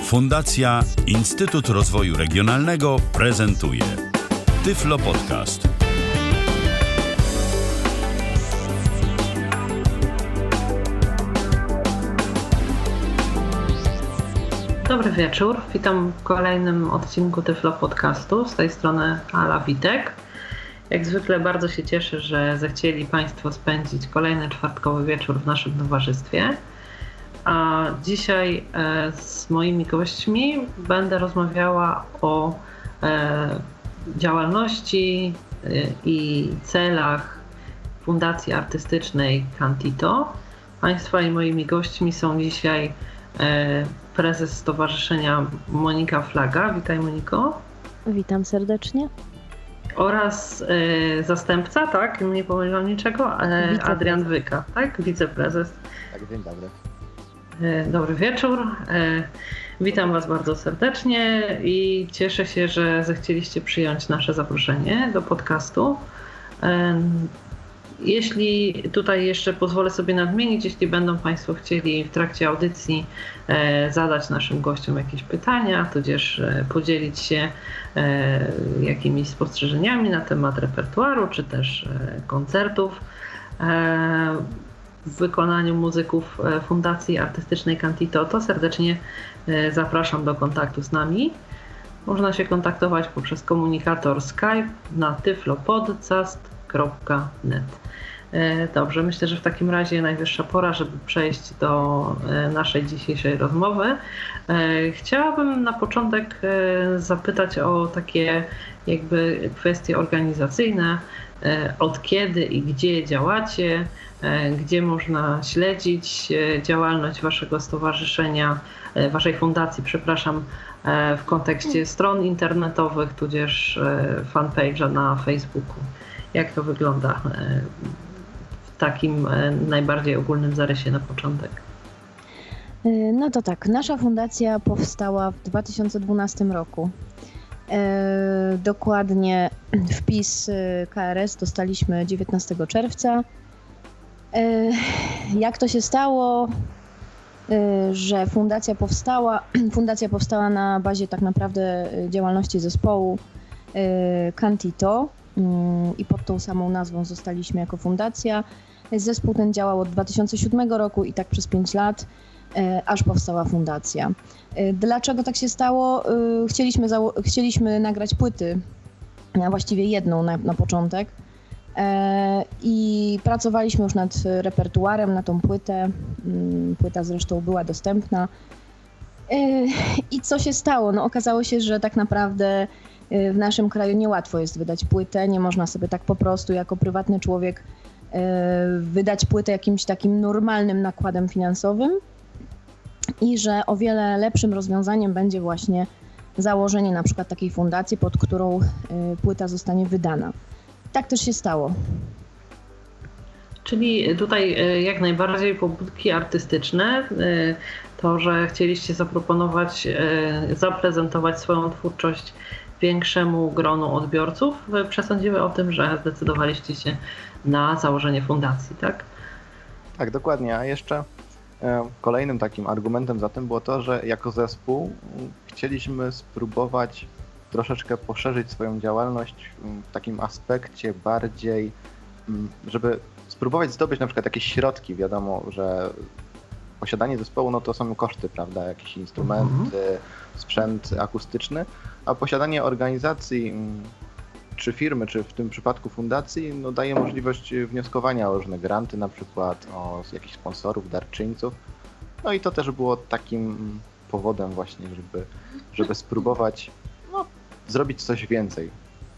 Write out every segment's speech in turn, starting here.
Fundacja Instytut Rozwoju Regionalnego prezentuje Tyflo Podcast. Dobry wieczór, witam w kolejnym odcinku Tyflo Podcastu. Z tej strony Ala Witek. Jak zwykle bardzo się cieszę, że zechcieli Państwo spędzić kolejny czwartkowy wieczór w naszym towarzystwie. A dzisiaj z moimi gośćmi będę rozmawiała o działalności i celach Fundacji Artystycznej Cantito. Państwa i moimi gośćmi są dzisiaj prezes stowarzyszenia Monika Flaga. Witaj, Moniko. Witam serdecznie. Oraz zastępca, tak? Nie pomyliłam niczego, Adrian Wyka, tak? Wiceprezes. Tak, dzień dobry. Dobry wieczór. Witam Was bardzo serdecznie i cieszę się, że zechcieliście przyjąć nasze zaproszenie do podcastu. Jeśli tutaj jeszcze pozwolę sobie nadmienić, jeśli będą Państwo chcieli w trakcie audycji zadać naszym gościom jakieś pytania, tudzież podzielić się jakimiś spostrzeżeniami na temat repertuaru, czy też koncertów w wykonaniu muzyków Fundacji Artystycznej Cantito, to serdecznie zapraszam do kontaktu z nami. Można się kontaktować poprzez komunikator Skype na tyflopodcast.net. Dobrze, myślę, że w takim razie najwyższa pora, żeby przejść do naszej dzisiejszej rozmowy. Chciałabym na początek zapytać o takie jakby kwestie organizacyjne. Od kiedy i gdzie działacie, gdzie można śledzić działalność Waszego stowarzyszenia, Waszej fundacji, w kontekście stron internetowych, tudzież fanpage'a na Facebooku. Jak to wygląda w takim najbardziej ogólnym zarysie na początek? No to tak, nasza fundacja powstała w 2012 roku. Dokładnie wpis KRS dostaliśmy 19 czerwca. Jak to się stało, że fundacja powstała? Fundacja powstała na bazie tak naprawdę działalności zespołu Cantito i pod tą samą nazwą zostaliśmy jako fundacja. Zespół ten działał od 2007 roku i tak przez 5 lat, aż powstała fundacja. Dlaczego tak się stało? Chcieliśmy nagrać płyty, a właściwie jedną na początek, i pracowaliśmy już nad repertuarem na tą płytę. Płyta zresztą była dostępna. I co się stało? No, okazało się, że tak naprawdę w naszym kraju niełatwo jest wydać płytę. Nie można sobie tak po prostu jako prywatny człowiek wydać płytę jakimś takim normalnym nakładem finansowym i że o wiele lepszym rozwiązaniem będzie właśnie założenie na przykład takiej fundacji, pod którą płyta zostanie wydana. Tak też się stało. Czyli tutaj jak najbardziej pobudki artystyczne, to, że chcieliście zaprezentować swoją twórczość większemu gronu odbiorców, przesądziły o tym, że zdecydowaliście się na założenie fundacji, tak? Tak, dokładnie. A jeszcze kolejnym takim argumentem za tym było to, że jako zespół chcieliśmy spróbować troszeczkę poszerzyć swoją działalność w takim aspekcie bardziej, żeby spróbować zdobyć na przykład jakieś środki. Wiadomo, że posiadanie zespołu no to są koszty, prawda, jakieś instrumenty, sprzęt akustyczny, a posiadanie organizacji czy firmy, czy w tym przypadku fundacji, no daje możliwość wnioskowania o różne granty, na przykład o jakichś sponsorów, darczyńców. No i to też było takim powodem właśnie, żeby spróbować zrobić coś więcej.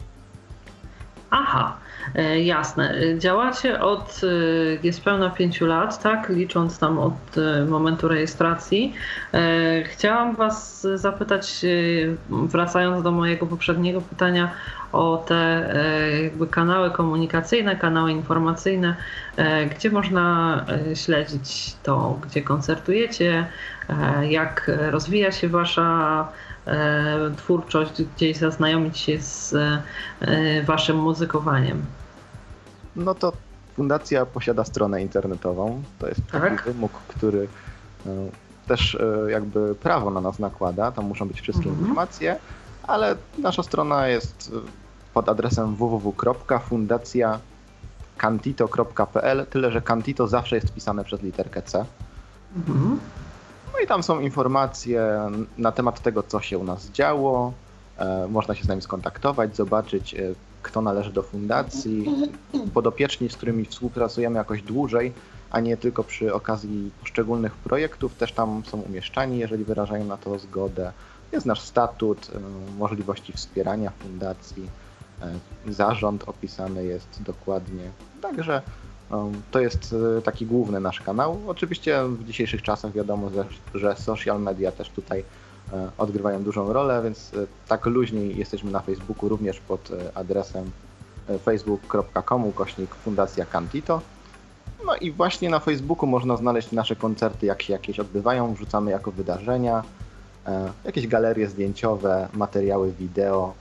Aha, jasne. Działacie od niespełna 5 lat, tak? Licząc tam od momentu rejestracji. Chciałam Was zapytać, wracając do mojego poprzedniego pytania, o te jakby kanały komunikacyjne, kanały informacyjne, gdzie można śledzić to, gdzie koncertujecie, jak rozwija się Wasza twórczość, gdzieś zaznajomić się z Waszym muzykowaniem. No to fundacja posiada stronę internetową. To jest taki wymóg, który też jakby prawo na nas nakłada, tam muszą być wszystkie informacje, ale nasza strona jest pod adresem www.fundacjacantito.pl, tyle że Cantito zawsze jest pisane przez literkę C. No i tam są informacje na temat tego, co się u nas działo. Można się z nami skontaktować, zobaczyć, kto należy do fundacji, podopieczni, z którymi współpracujemy jakoś dłużej, a nie tylko przy okazji poszczególnych projektów, też tam są umieszczani, jeżeli wyrażają na to zgodę. Jest nasz statut, możliwości wspierania fundacji, zarząd opisany jest dokładnie. Także to jest taki główny nasz kanał. Oczywiście w dzisiejszych czasach wiadomo, że social media też tutaj odgrywają dużą rolę, więc tak luźniej jesteśmy na Facebooku również pod adresem facebook.com/Fundacja Cantito. No i właśnie na Facebooku można znaleźć nasze koncerty, jak się jakieś odbywają, wrzucamy jako wydarzenia, jakieś galerie zdjęciowe, materiały wideo.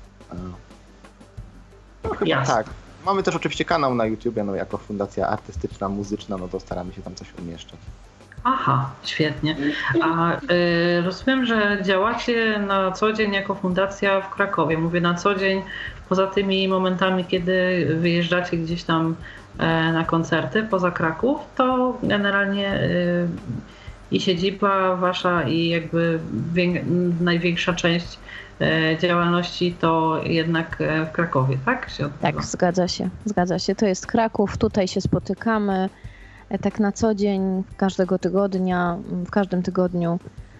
No chyba tak. Mamy też oczywiście kanał na YouTubie, no jako Fundacja Artystyczna, Muzyczna, no to staramy się tam coś umieszczać. Aha, świetnie. A rozumiem, że działacie na co dzień jako fundacja w Krakowie. Mówię na co dzień, poza tymi momentami, kiedy wyjeżdżacie gdzieś tam na koncerty poza Kraków, to generalnie i siedziba wasza i jakby największa część działalności to jednak w Krakowie, tak? Tak, zgadza się. To jest Kraków, tutaj się spotykamy. Tak na co dzień, każdego tygodnia, w każdym tygodniu.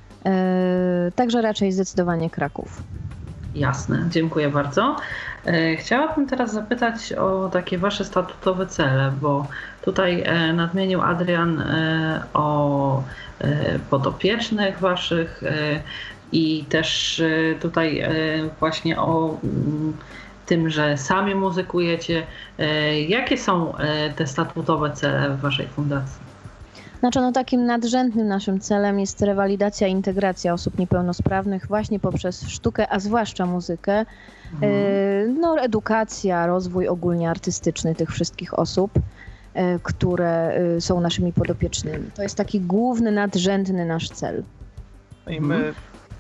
Także raczej zdecydowanie Kraków. Jasne, dziękuję bardzo. Chciałabym teraz zapytać o takie wasze statutowe cele, bo tutaj nadmienił Adrian o podopiecznych waszych i też tutaj właśnie o tym, że sami muzykujecie. Jakie są te statutowe cele w waszej fundacji? Znaczy, no takim nadrzędnym naszym celem jest rewalidacja i integracja osób niepełnosprawnych właśnie poprzez sztukę, a zwłaszcza muzykę. No, edukacja, rozwój ogólnie artystyczny tych wszystkich osób, które są naszymi podopiecznymi. To jest taki główny, nadrzędny nasz cel. No i my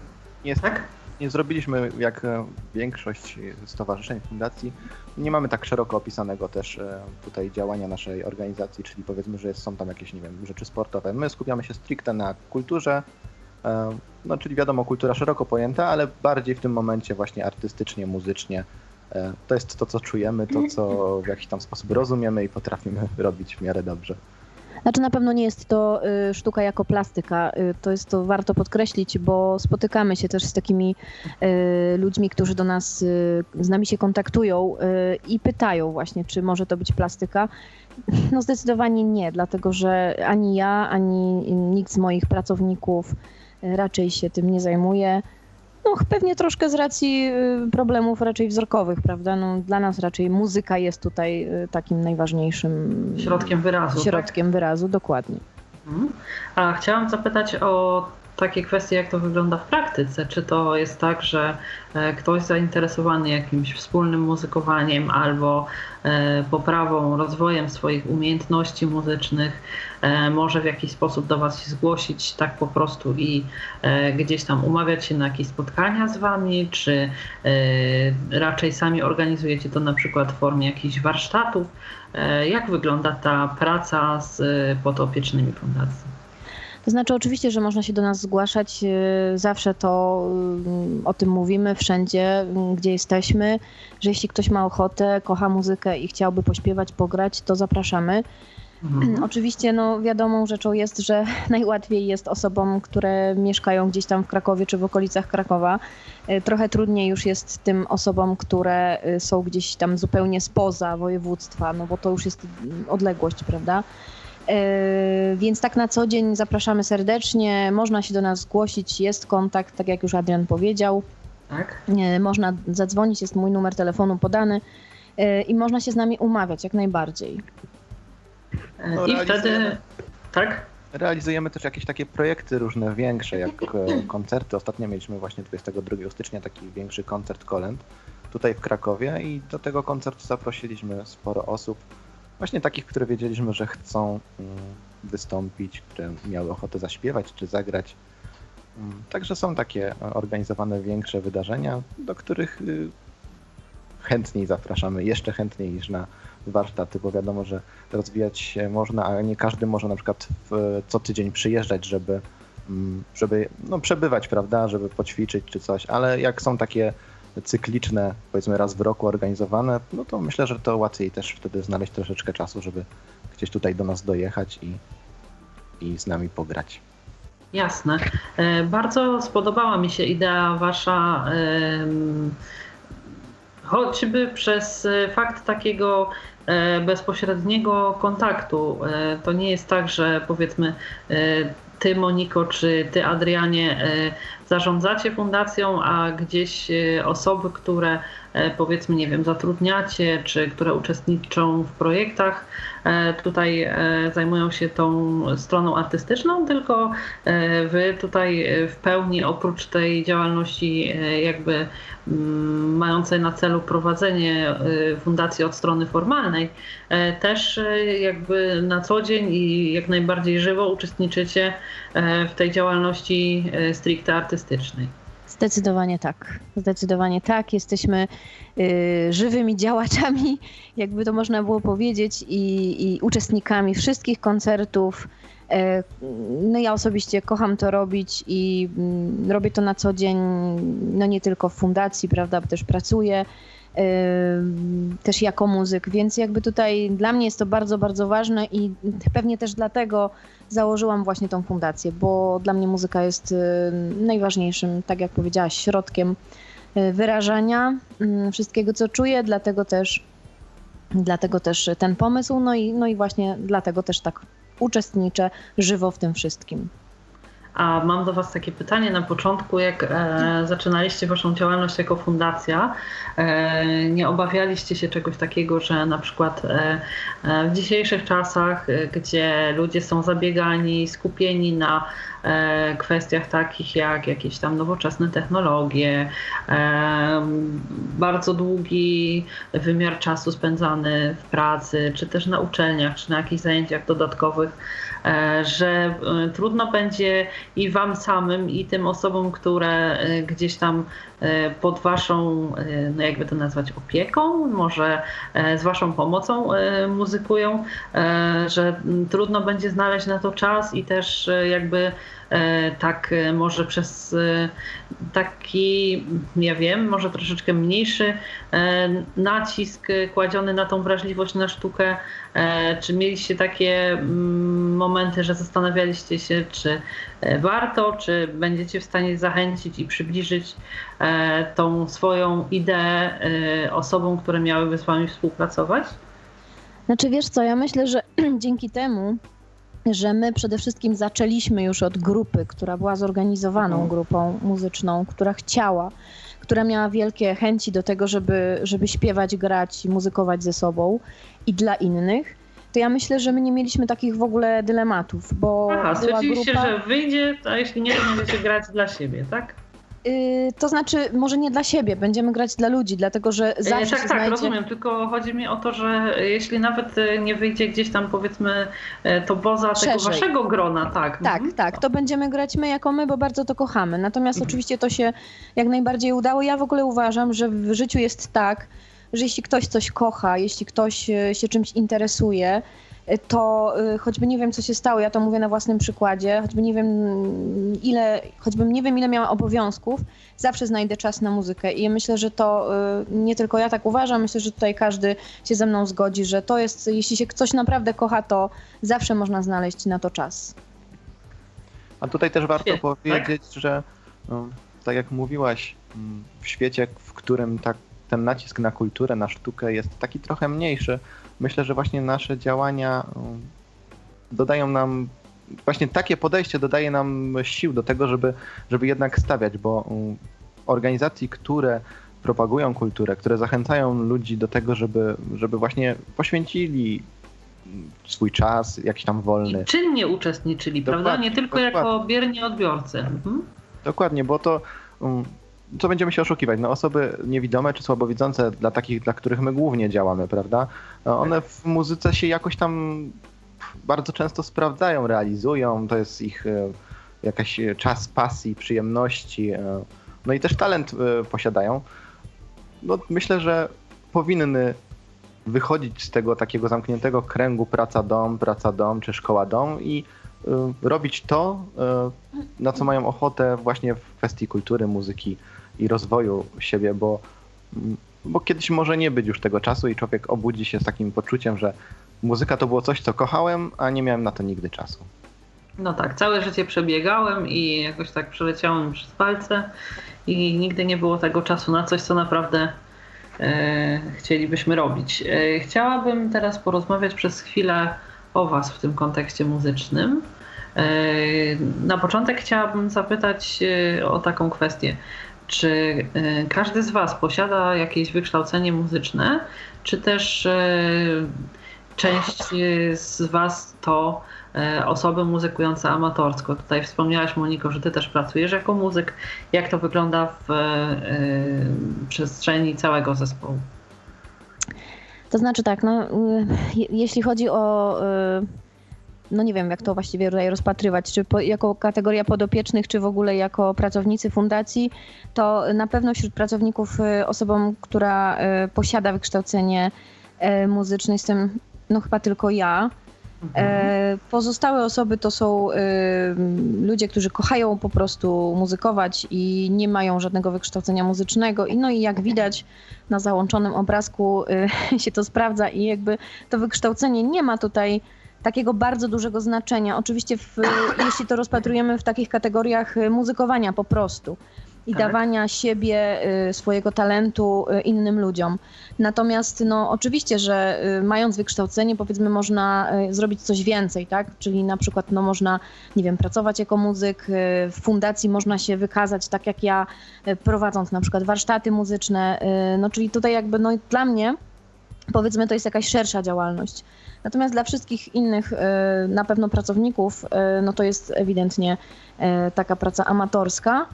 nie zrobiliśmy, jak większość stowarzyszeń, fundacji, nie mamy tak szeroko opisanego też tutaj działania naszej organizacji, czyli powiedzmy, że są tam jakieś, nie wiem, rzeczy sportowe. My skupiamy się stricte na kulturze, no czyli wiadomo, kultura szeroko pojęta, ale bardziej w tym momencie właśnie artystycznie, muzycznie. To jest to, co czujemy, to, co w jakiś tam sposób rozumiemy i potrafimy robić w miarę dobrze. Znaczy na pewno nie jest to sztuka jako plastyka, to warto podkreślić, bo spotykamy się też z takimi ludźmi, którzy do nas, z nami się kontaktują i pytają właśnie, czy może to być plastyka. No zdecydowanie nie, dlatego że ani ja, ani nikt z moich pracowników raczej się tym nie zajmuje. No pewnie troszkę z racji problemów raczej wzrokowych, prawda? No, dla nas raczej muzyka jest tutaj takim najważniejszym środkiem wyrazu, dokładnie. A chciałam zapytać o takie kwestie, jak to wygląda w praktyce. Czy to jest tak, że ktoś zainteresowany jakimś wspólnym muzykowaniem albo poprawą, rozwojem swoich umiejętności muzycznych może w jakiś sposób do was się zgłosić tak po prostu i gdzieś tam umawiać się na jakieś spotkania z wami, czy raczej sami organizujecie to na przykład w formie jakichś warsztatów? Jak wygląda ta praca z podopiecznymi fundacji? To znaczy oczywiście, że można się do nas zgłaszać, zawsze to o tym mówimy wszędzie, gdzie jesteśmy, że jeśli ktoś ma ochotę, kocha muzykę i chciałby pośpiewać, pograć, to zapraszamy. Oczywiście no, wiadomą rzeczą jest, że najłatwiej jest osobom, które mieszkają gdzieś tam w Krakowie czy w okolicach Krakowa. Trochę trudniej już jest tym osobom, które są gdzieś tam zupełnie spoza województwa, no bo to już jest odległość, prawda? Więc tak na co dzień zapraszamy serdecznie, można się do nas zgłosić, jest kontakt, tak jak już Adrian powiedział. Tak. Można zadzwonić, jest mój numer telefonu podany i można się z nami umawiać jak najbardziej. No, i wtedy... Tak? Realizujemy też jakieś takie projekty różne, większe, jak koncerty. Ostatnio mieliśmy właśnie 22 stycznia taki większy koncert kolęd tutaj w Krakowie i do tego koncertu zaprosiliśmy sporo osób. Właśnie takich, które wiedzieliśmy, że chcą wystąpić, które miały ochotę zaśpiewać czy zagrać. Także są takie organizowane większe wydarzenia, do których chętniej zapraszamy, jeszcze chętniej niż na warsztaty, bo wiadomo, że rozwijać się można, a nie każdy może na przykład co tydzień przyjeżdżać, żeby przebywać, prawda, żeby poćwiczyć czy coś, ale jak są takie cykliczne, powiedzmy raz w roku organizowane, no to myślę, że to łatwiej też wtedy znaleźć troszeczkę czasu, żeby gdzieś tutaj do nas dojechać i z nami pograć. Jasne. Bardzo spodobała mi się idea wasza, choćby przez fakt takiego bezpośredniego kontaktu. To nie jest tak, że powiedzmy ty, Moniko, czy ty, Adrianie, zarządzacie fundacją, a gdzieś osoby, które powiedzmy, nie wiem, zatrudniacie, czy które uczestniczą w projektach, tutaj zajmują się tą stroną artystyczną, tylko wy tutaj w pełni oprócz tej działalności jakby mającej na celu prowadzenie fundacji od strony formalnej, też jakby na co dzień i jak najbardziej żywo uczestniczycie w tej działalności stricte artystycznej. Zdecydowanie tak. Zdecydowanie tak. Jesteśmy żywymi działaczami, jakby to można było powiedzieć, i uczestnikami wszystkich koncertów. No ja osobiście kocham to robić i robię to na co dzień, no nie tylko w fundacji, prawda, bo też pracuję też jako muzyk, więc jakby tutaj dla mnie jest to bardzo, bardzo ważne i pewnie też dlatego założyłam właśnie tą fundację, bo dla mnie muzyka jest najważniejszym, tak jak powiedziałaś, środkiem wyrażania wszystkiego, co czuję, dlatego też ten pomysł, no i właśnie dlatego też tak uczestniczę żywo w tym wszystkim. A mam do was takie pytanie na początku, jak zaczynaliście waszą działalność jako fundacja, nie obawialiście się czegoś takiego, że na przykład w dzisiejszych czasach, gdzie ludzie są zabiegani, skupieni na kwestiach takich jak jakieś tam nowoczesne technologie, bardzo długi wymiar czasu spędzany w pracy, czy też na uczelniach, czy na jakichś zajęciach dodatkowych, że trudno będzie i wam samym, i tym osobom, które gdzieś tam pod waszą, no jakby to nazwać, opieką, może z waszą pomocą muzykują, że trudno będzie znaleźć na to czas i też jakby tak może przez taki, nie wiem, może troszeczkę mniejszy nacisk kładziony na tą wrażliwość na sztukę. Czy mieliście takie momenty, że zastanawialiście się, czy warto, czy będziecie w stanie zachęcić i przybliżyć tą swoją ideę osobom, które miałyby z wami współpracować? Znaczy wiesz co, ja myślę, że dzięki temu, że my przede wszystkim zaczęliśmy już od grupy, która była zorganizowaną grupą muzyczną, która miała wielkie chęci do tego, żeby śpiewać, grać, muzykować ze sobą i dla innych, to ja myślę, że my nie mieliśmy takich w ogóle dylematów, bo stwierdziliście, grupa... że wyjdzie, a jeśli nie, to będziecie grać dla siebie, tak? To znaczy, może nie dla siebie, będziemy grać dla ludzi, dlatego że zawsze się znajdzie... rozumiem, tylko chodzi mi o to, że jeśli nawet nie wyjdzie gdzieś tam, powiedzmy, to poza tego waszego grona, tak. Tak, to będziemy grać my jako my, bo bardzo to kochamy. Natomiast oczywiście to się jak najbardziej udało. Ja w ogóle uważam, że w życiu jest tak, że jeśli ktoś coś kocha, jeśli ktoś się czymś interesuje, to choćby nie wiem, co się stało, ja to mówię na własnym przykładzie, choćbym nie wiem, ile miałam obowiązków, zawsze znajdę czas na muzykę i myślę, że to nie tylko ja tak uważam, myślę, że tutaj każdy się ze mną zgodzi, że to jest, jeśli się coś naprawdę kocha, to zawsze można znaleźć na to czas. A tutaj też warto powiedzieć, że tak jak mówiłaś, w świecie, w którym ten nacisk na kulturę, na sztukę jest taki trochę mniejszy, myślę, że właśnie nasze działania dodają nam, właśnie takie podejście dodaje nam sił do tego, żeby jednak stawiać, bo organizacji, które propagują kulturę, które zachęcają ludzi do tego, żeby właśnie poświęcili swój czas, jakiś tam wolny. I czynnie uczestniczyli, prawda? Nie tylko jako bierni odbiorcy. Dokładnie, bo to... Co będziemy się oszukiwać? No osoby niewidome czy słabowidzące, dla których my głównie działamy, prawda? One w muzyce się jakoś tam bardzo często sprawdzają, realizują, to jest ich jakaś czas pasji, przyjemności, no i też talent posiadają. No, myślę, że powinny wychodzić z tego takiego zamkniętego kręgu praca-dom, czy szkoła-dom i robić to, na co mają ochotę właśnie w kwestii kultury, muzyki i rozwoju siebie, bo kiedyś może nie być już tego czasu i człowiek obudzi się z takim poczuciem, że muzyka to było coś, co kochałem, a nie miałem na to nigdy czasu. No tak, całe życie przebiegałem i jakoś tak przeleciałem przez palce i nigdy nie było tego czasu na coś, co naprawdę chcielibyśmy robić. Chciałabym teraz porozmawiać przez chwilę o Was w tym kontekście muzycznym. Na początek chciałabym zapytać o taką kwestię. Czy każdy z Was posiada jakieś wykształcenie muzyczne, czy też część z Was to osoby muzykujące amatorsko? Tutaj wspomniałaś, Moniko, że Ty też pracujesz jako muzyk. Jak to wygląda w przestrzeni całego zespołu? To znaczy tak, no, jeśli chodzi o, no nie wiem jak to właściwie tutaj rozpatrywać, czy jako kategoria podopiecznych, czy w ogóle jako pracownicy fundacji, to na pewno wśród pracowników osobą, która posiada wykształcenie muzyczne jestem no chyba tylko ja. Pozostałe osoby to są ludzie, którzy kochają po prostu muzykować i nie mają żadnego wykształcenia muzycznego. No i jak widać na załączonym obrazku się to sprawdza i jakby to wykształcenie nie ma tutaj takiego bardzo dużego znaczenia. Oczywiście jeśli to rozpatrujemy w takich kategoriach muzykowania po prostu i tak, dawania siebie, swojego talentu innym ludziom. Natomiast no oczywiście, że mając wykształcenie, powiedzmy, można zrobić coś więcej, tak? Czyli na przykład no można, nie wiem, pracować jako muzyk, w fundacji można się wykazać, tak jak ja, prowadząc na przykład warsztaty muzyczne, no czyli tutaj jakby no dla mnie, powiedzmy, to jest jakaś szersza działalność. Natomiast dla wszystkich innych na pewno pracowników, no to jest ewidentnie taka praca amatorska.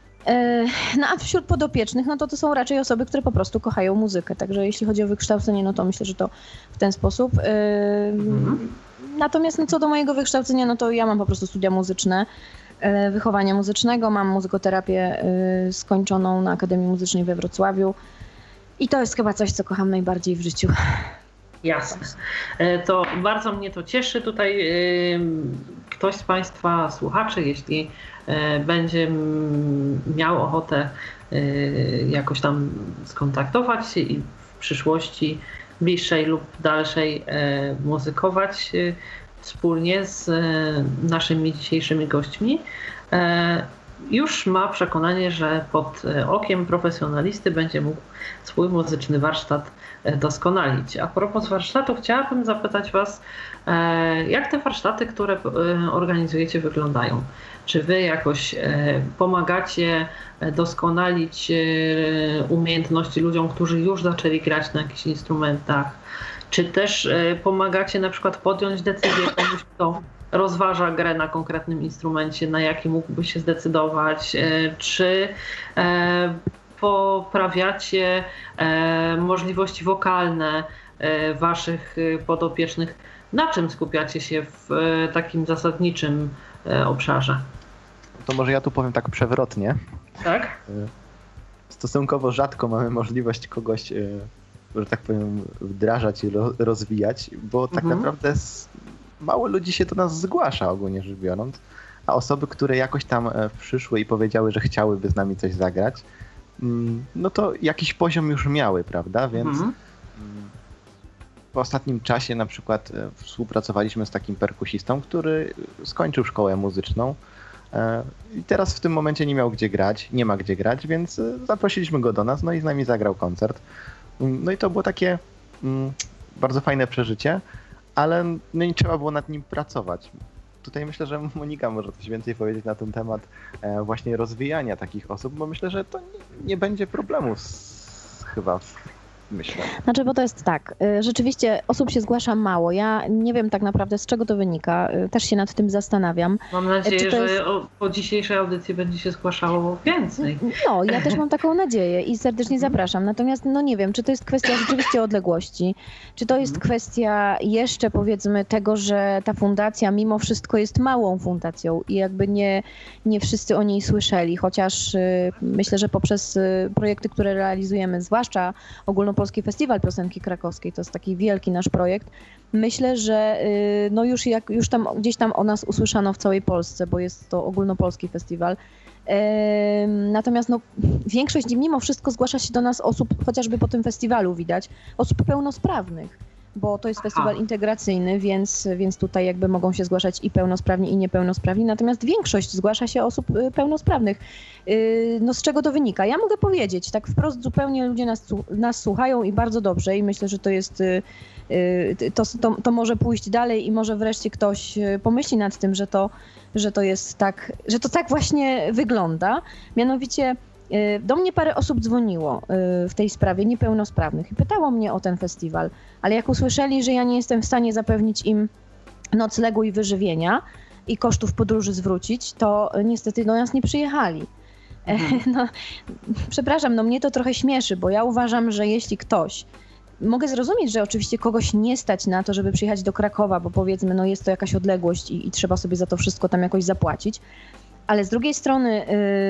No a wśród podopiecznych, no to są raczej osoby, które po prostu kochają muzykę. Także jeśli chodzi o wykształcenie, no to myślę, że to w ten sposób. Natomiast no co do mojego wykształcenia, no to ja mam po prostu studia muzyczne, wychowania muzycznego, mam muzykoterapię skończoną na Akademii Muzycznej we Wrocławiu i to jest chyba coś, co kocham najbardziej w życiu. Jasne. To bardzo mnie to cieszy. Tutaj ktoś z Państwa słuchaczy, jeśli będzie miał ochotę jakoś tam skontaktować się i w przyszłości bliższej lub dalszej muzykować wspólnie z naszymi dzisiejszymi gośćmi, już ma przekonanie, że pod okiem profesjonalisty będzie mógł swój muzyczny warsztat doskonalić. A propos warsztatów, chciałabym zapytać Was, jak te warsztaty, które organizujecie, wyglądają? Czy Wy jakoś pomagacie doskonalić umiejętności ludziom, którzy już zaczęli grać na jakichś instrumentach? Czy też pomagacie na przykład podjąć decyzję komuś, kto rozważa grę na konkretnym instrumencie, na jaki mógłby się zdecydować? Czy poprawiacie możliwości wokalne Waszych podopiecznych? Na czym skupiacie się w takim zasadniczym obszarze? To może ja tu powiem tak przewrotnie. Tak? Stosunkowo rzadko mamy możliwość kogoś, że tak powiem, wdrażać i rozwijać, bo tak naprawdę mało ludzi się do nas zgłasza, ogólnie rzecz biorąc, a osoby, które jakoś tam przyszły i powiedziały, że chciałyby z nami coś zagrać, no to jakiś poziom już miały, prawda? Więc w ostatnim czasie na przykład współpracowaliśmy z takim perkusistą, który skończył szkołę muzyczną i teraz w tym momencie nie miał gdzie grać, nie ma gdzie grać, więc zaprosiliśmy go do nas, no i z nami zagrał koncert. No i to było takie bardzo fajne przeżycie, ale no nie trzeba było nad nim pracować. Tutaj myślę, że Monika może coś więcej powiedzieć na ten temat właśnie rozwijania takich osób, bo myślę, że to nie będzie problemu chyba myślę. Znaczy, bo to jest tak, rzeczywiście osób się zgłasza mało. Ja nie wiem tak naprawdę, z czego to wynika. Też się nad tym zastanawiam. Mam nadzieję, że po dzisiejszej audycji będzie się zgłaszało więcej. No, ja też mam taką nadzieję i serdecznie zapraszam. Natomiast no nie wiem, czy to jest kwestia rzeczywiście odległości, czy to jest kwestia jeszcze powiedzmy tego, że ta fundacja mimo wszystko jest małą fundacją i jakby nie wszyscy o niej słyszeli, chociaż myślę, że poprzez projekty, które realizujemy, zwłaszcza Ogólnopolski Festiwal Piosenki Krakowskiej, to jest taki wielki nasz projekt. Myślę, że no już tam gdzieś tam o nas usłyszano w całej Polsce, bo jest to ogólnopolski festiwal. Natomiast no, większość mimo wszystko zgłasza się do nas osób, chociażby po tym festiwalu widać, osób pełnosprawnych, bo to jest festiwal integracyjny, więc tutaj jakby mogą się zgłaszać i pełnosprawni, i niepełnosprawni, natomiast większość zgłasza się osób pełnosprawnych. No z czego to wynika? Ja mogę powiedzieć, tak wprost zupełnie ludzie nas słuchają i bardzo dobrze i myślę, że to jest, to może pójść dalej i może wreszcie ktoś pomyśli nad tym, że to jest tak, że to tak właśnie wygląda. Mianowicie do mnie parę osób dzwoniło w tej sprawie niepełnosprawnych i pytało mnie o ten festiwal, ale jak usłyszeli, że ja nie jestem w stanie zapewnić im noclegu i wyżywienia i kosztów podróży zwrócić, to niestety do nas nie przyjechali. No, przepraszam, no mnie to trochę śmieszy, bo ja uważam, że jeśli ktoś, mogę zrozumieć, że oczywiście kogoś nie stać na to, żeby przyjechać do Krakowa, bo powiedzmy, no jest to jakaś odległość i trzeba sobie za to wszystko tam jakoś zapłacić, ale z drugiej strony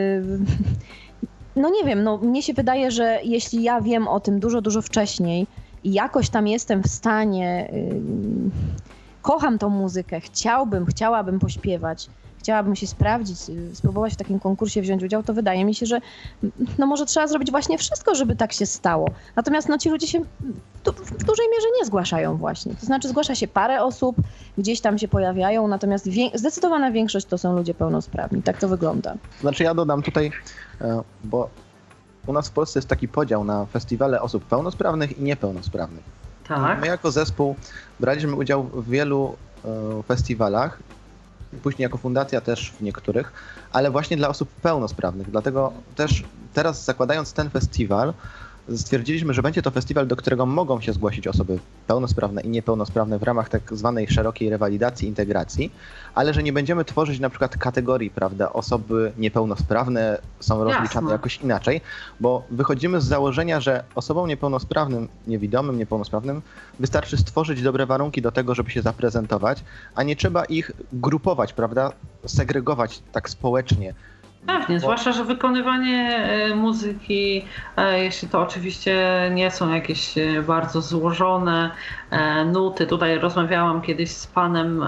no nie wiem, no mnie się wydaje, że jeśli ja wiem o tym dużo wcześniej i jakoś tam jestem w stanie, kocham tą muzykę, chciałabym pośpiewać, chciałabym się sprawdzić, spróbować w takim konkursie wziąć udział, to wydaje mi się, że no może trzeba zrobić właśnie wszystko, żeby tak się stało. Natomiast no ci ludzie się w dużej mierze nie zgłaszają właśnie. To znaczy zgłasza się parę osób, gdzieś tam się pojawiają, natomiast zdecydowana większość to są ludzie pełnosprawni. Tak to wygląda. Znaczy ja dodam tutaj, bo u nas w Polsce jest taki podział na festiwale osób pełnosprawnych i niepełnosprawnych. Tak. My jako zespół braliśmy udział w wielu festiwalach, później jako fundacja też w niektórych, ale właśnie dla osób pełnosprawnych. Dlatego też teraz zakładając ten festiwal, stwierdziliśmy, że będzie to festiwal, do którego mogą się zgłosić osoby pełnosprawne i niepełnosprawne w ramach tak zwanej szerokiej rewalidacji, integracji, ale że nie będziemy tworzyć na przykład kategorii, prawda, osoby niepełnosprawne są rozliczane jakoś inaczej, bo wychodzimy z założenia, że osobom niepełnosprawnym, niewidomym, niepełnosprawnym wystarczy stworzyć dobre warunki do tego, żeby się zaprezentować, a nie trzeba ich grupować, prawda, segregować tak społecznie. Pewnie, zwłaszcza, że wykonywanie muzyki, jeśli to oczywiście nie są jakieś bardzo złożone nuty. Tutaj rozmawiałam kiedyś z panem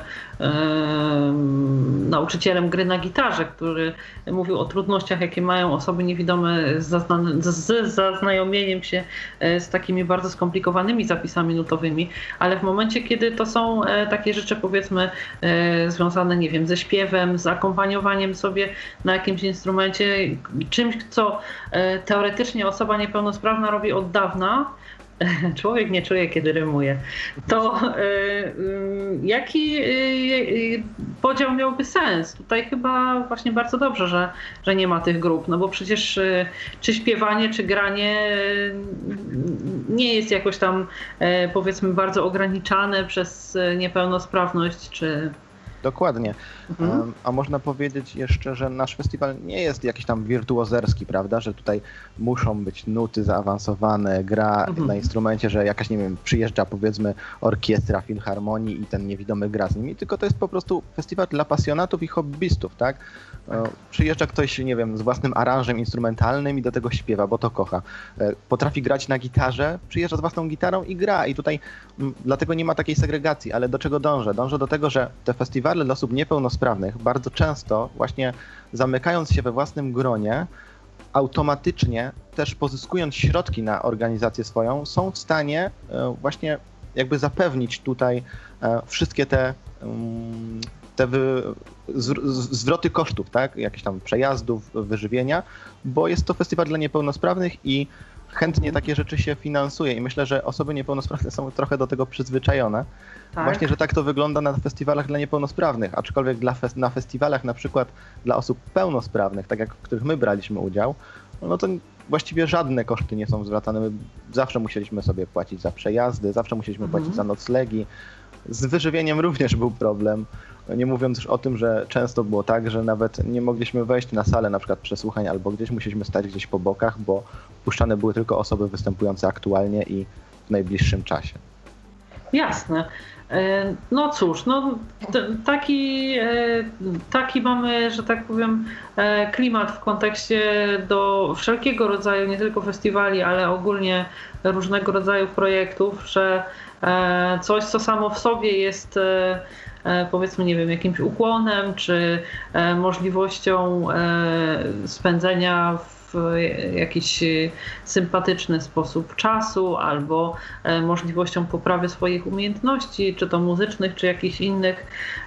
nauczycielem gry na gitarze, który mówił o trudnościach, jakie mają osoby niewidome z zaznajomieniem się z takimi bardzo skomplikowanymi zapisami nutowymi, ale w momencie, kiedy to są takie rzeczy, powiedzmy, związane, nie wiem, ze śpiewem, z akompaniowaniem sobie na jakimś instrumencie, czymś, co teoretycznie osoba niepełnosprawna robi od dawna, człowiek nie czuje, kiedy rymuje, to jaki podział miałby sens? Tutaj chyba właśnie bardzo dobrze, że nie ma tych grup, no bo przecież czy śpiewanie, czy granie nie jest jakoś tam, powiedzmy, bardzo ograniczane przez niepełnosprawność, czy... Dokładnie. A można powiedzieć jeszcze, że nasz festiwal nie jest jakiś tam wirtuozerski, prawda, że tutaj muszą być nuty zaawansowane, gra na instrumencie, że jakaś, nie wiem, przyjeżdża powiedzmy orkiestra filharmonii i ten niewidomy gra z nimi, tylko to jest po prostu festiwal dla pasjonatów i hobbystów, tak? Przyjeżdża ktoś, nie wiem, z własnym aranżem instrumentalnym i do tego śpiewa, bo to kocha. Potrafi grać na gitarze, przyjeżdża z własną gitarą i gra. I tutaj dlatego nie ma takiej segregacji, ale do czego dążę? Dążę do tego, że te festiwale dla osób niepełnosprawnych bardzo często właśnie zamykając się we własnym gronie, automatycznie też pozyskując środki na organizację swoją, są w stanie właśnie jakby zapewnić tutaj wszystkie te zwroty kosztów, tak? Jakichś tam przejazdów, wyżywienia, bo jest to festiwal dla niepełnosprawnych i chętnie takie rzeczy się finansuje i myślę, że osoby niepełnosprawne są trochę do tego przyzwyczajone. Tak. Właśnie, że tak to wygląda na festiwalach dla niepełnosprawnych, aczkolwiek na festiwalach na przykład dla osób pełnosprawnych, tak jak w których my braliśmy udział, no to właściwie żadne koszty nie są zwracane. My zawsze musieliśmy sobie płacić za przejazdy, zawsze musieliśmy płacić za noclegi. Z wyżywieniem również był problem. Nie mówiąc już o tym, że często było tak, że nawet nie mogliśmy wejść na salę na przykład przesłuchań albo gdzieś, musieliśmy stać gdzieś po bokach, bo wpuszczane były tylko osoby występujące aktualnie i w najbliższym czasie. Jasne. No cóż, taki mamy, że tak powiem, klimat w kontekście do wszelkiego rodzaju, nie tylko festiwali, ale ogólnie różnego rodzaju projektów, że coś, co samo w sobie jest, powiedzmy, nie wiem, jakimś ukłonem, czy możliwością spędzenia w jakiś sympatyczny sposób czasu, albo możliwością poprawy swoich umiejętności, czy to muzycznych, czy jakichś innych,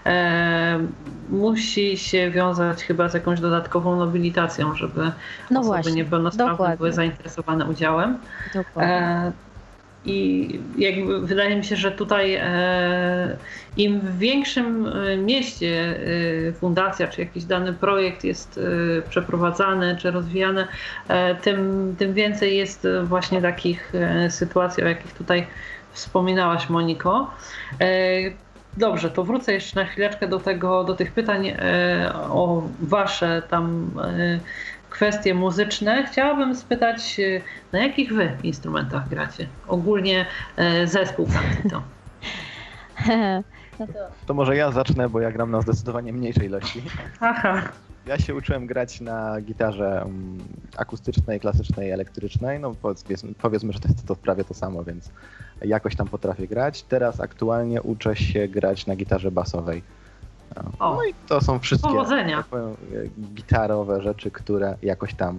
musi się wiązać chyba z jakąś dodatkową nobilitacją, żeby osoby niepełnosprawne były zainteresowane udziałem. Dokładnie. I jakby wydaje mi się, że tutaj im w większym mieście fundacja czy jakiś dany projekt jest przeprowadzany czy rozwijany, tym więcej jest właśnie takich sytuacji, o jakich tutaj wspominałaś, Moniko. Dobrze, to wrócę jeszcze na chwileczkę do tych pytań o wasze tam kwestie muzyczne. Chciałabym spytać, na jakich wy instrumentach gracie? Ogólnie zespół Cantito. To może ja zacznę, bo ja gram na zdecydowanie mniejszej ilości. Aha. Ja się uczyłem grać na gitarze akustycznej, klasycznej, elektrycznej. No powiedzmy, że to jest to prawie to samo, więc jakoś tam potrafię grać. Teraz aktualnie uczę się grać na gitarze basowej. No i to są wszystkie gitarowe rzeczy, które jakoś tam,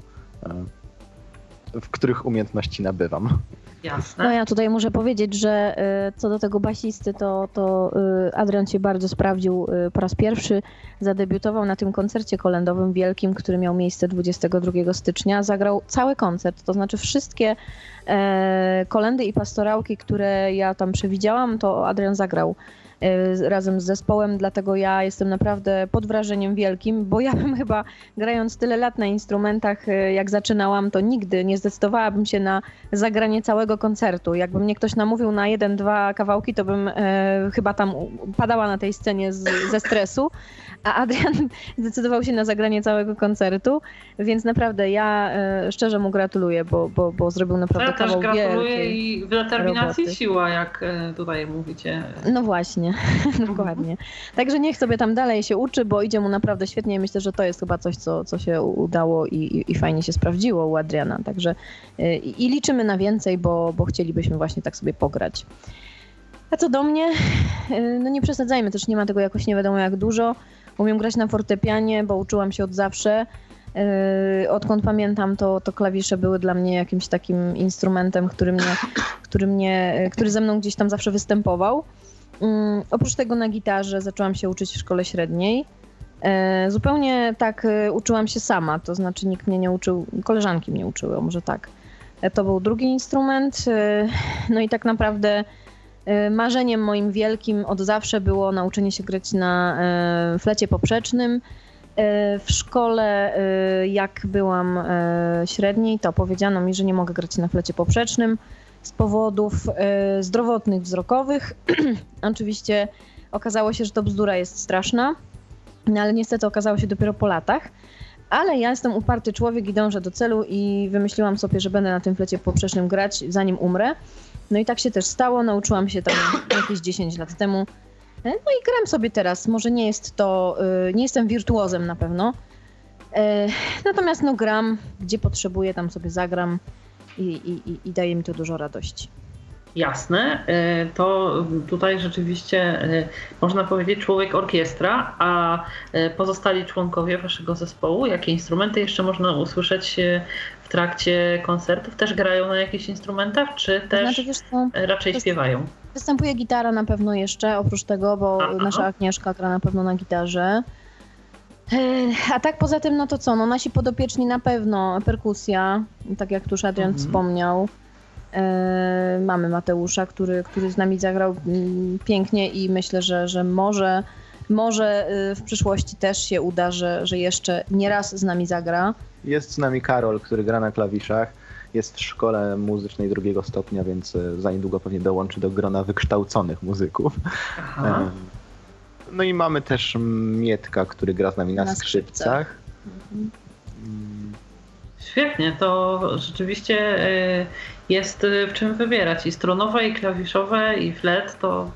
w których umiejętności nabywam. Jasne. No ja tutaj muszę powiedzieć, że co do tego basisty, to Adrian się bardzo sprawdził po raz pierwszy. Zadebiutował na tym koncercie kolędowym wielkim, który miał miejsce 22 stycznia. Zagrał cały koncert, to znaczy wszystkie kolędy i pastorałki, które ja tam przewidziałam, to Adrian zagrał razem z zespołem, dlatego ja jestem naprawdę pod wrażeniem wielkim, bo ja bym chyba, grając tyle lat na instrumentach, jak zaczynałam, to nigdy nie zdecydowałabym się na zagranie całego koncertu. Jakby mnie ktoś namówił na 1-2 kawałki, to bym chyba tam padała na tej scenie ze stresu, a Adrian zdecydował się na zagranie całego koncertu, więc naprawdę ja szczerze mu gratuluję, bo zrobił naprawdę kawał wielkiej roboty. Ja też gratuluję i w determinacji siła, jak tutaj mówicie. No właśnie, dokładnie. Także niech sobie tam dalej się uczy, bo idzie mu naprawdę świetnie. Myślę, że to jest chyba coś, co się udało i fajnie się sprawdziło u Adriana. Także i liczymy na więcej, bo chcielibyśmy właśnie tak sobie pograć. A co do mnie, no nie przesadzajmy, też nie ma tego jakoś nie wiadomo jak dużo. Umiem grać na fortepianie, bo uczyłam się od zawsze. Odkąd pamiętam, to klawisze były dla mnie jakimś takim instrumentem, który ze mną gdzieś tam zawsze występował. Oprócz tego na gitarze zaczęłam się uczyć w szkole średniej. Zupełnie tak uczyłam się sama, to znaczy nikt mnie nie uczył, koleżanki mnie uczyły, może tak. To był drugi instrument. No i tak naprawdę marzeniem moim wielkim od zawsze było nauczenie się grać na flecie poprzecznym. W szkole, jak byłam średniej, to powiedziano mi, że nie mogę grać na flecie poprzecznym z powodów zdrowotnych, wzrokowych. Oczywiście okazało się, że to bzdura jest straszna, no ale niestety okazało się dopiero po latach. Ale ja jestem uparty człowiek i dążę do celu i wymyśliłam sobie, że będę na tym flecie poprzecznym grać, zanim umrę. No i tak się też stało, nauczyłam się tam jakieś 10 lat temu. No i gram sobie teraz, może nie jestem wirtuozem na pewno, natomiast no gram, gdzie potrzebuję, tam sobie zagram i daje mi to dużo radości. Jasne, to tutaj rzeczywiście można powiedzieć człowiek orkiestra, a pozostali członkowie waszego zespołu, jakie instrumenty jeszcze można usłyszeć w trakcie koncertów? Też grają na jakichś instrumentach, czy też raczej śpiewają? Występuje gitara na pewno jeszcze, oprócz tego, bo nasza Agnieszka gra na pewno na gitarze. A tak poza tym, no to co, no nasi podopieczni na pewno, perkusja, tak jak tu już Adrian wspomniał. Mamy Mateusza, który z nami zagrał pięknie i myślę, że może Może w przyszłości też się uda, że jeszcze nie raz z nami zagra. Jest z nami Karol, który gra na klawiszach. Jest w szkole muzycznej 2. stopnia, więc za niedługo pewnie dołączy do grona wykształconych muzyków. Aha. No i mamy też Mietka, który gra z nami na skrzypcach. Świetnie, to rzeczywiście jest w czym wybierać. I strunowe, i klawiszowe, i flet, to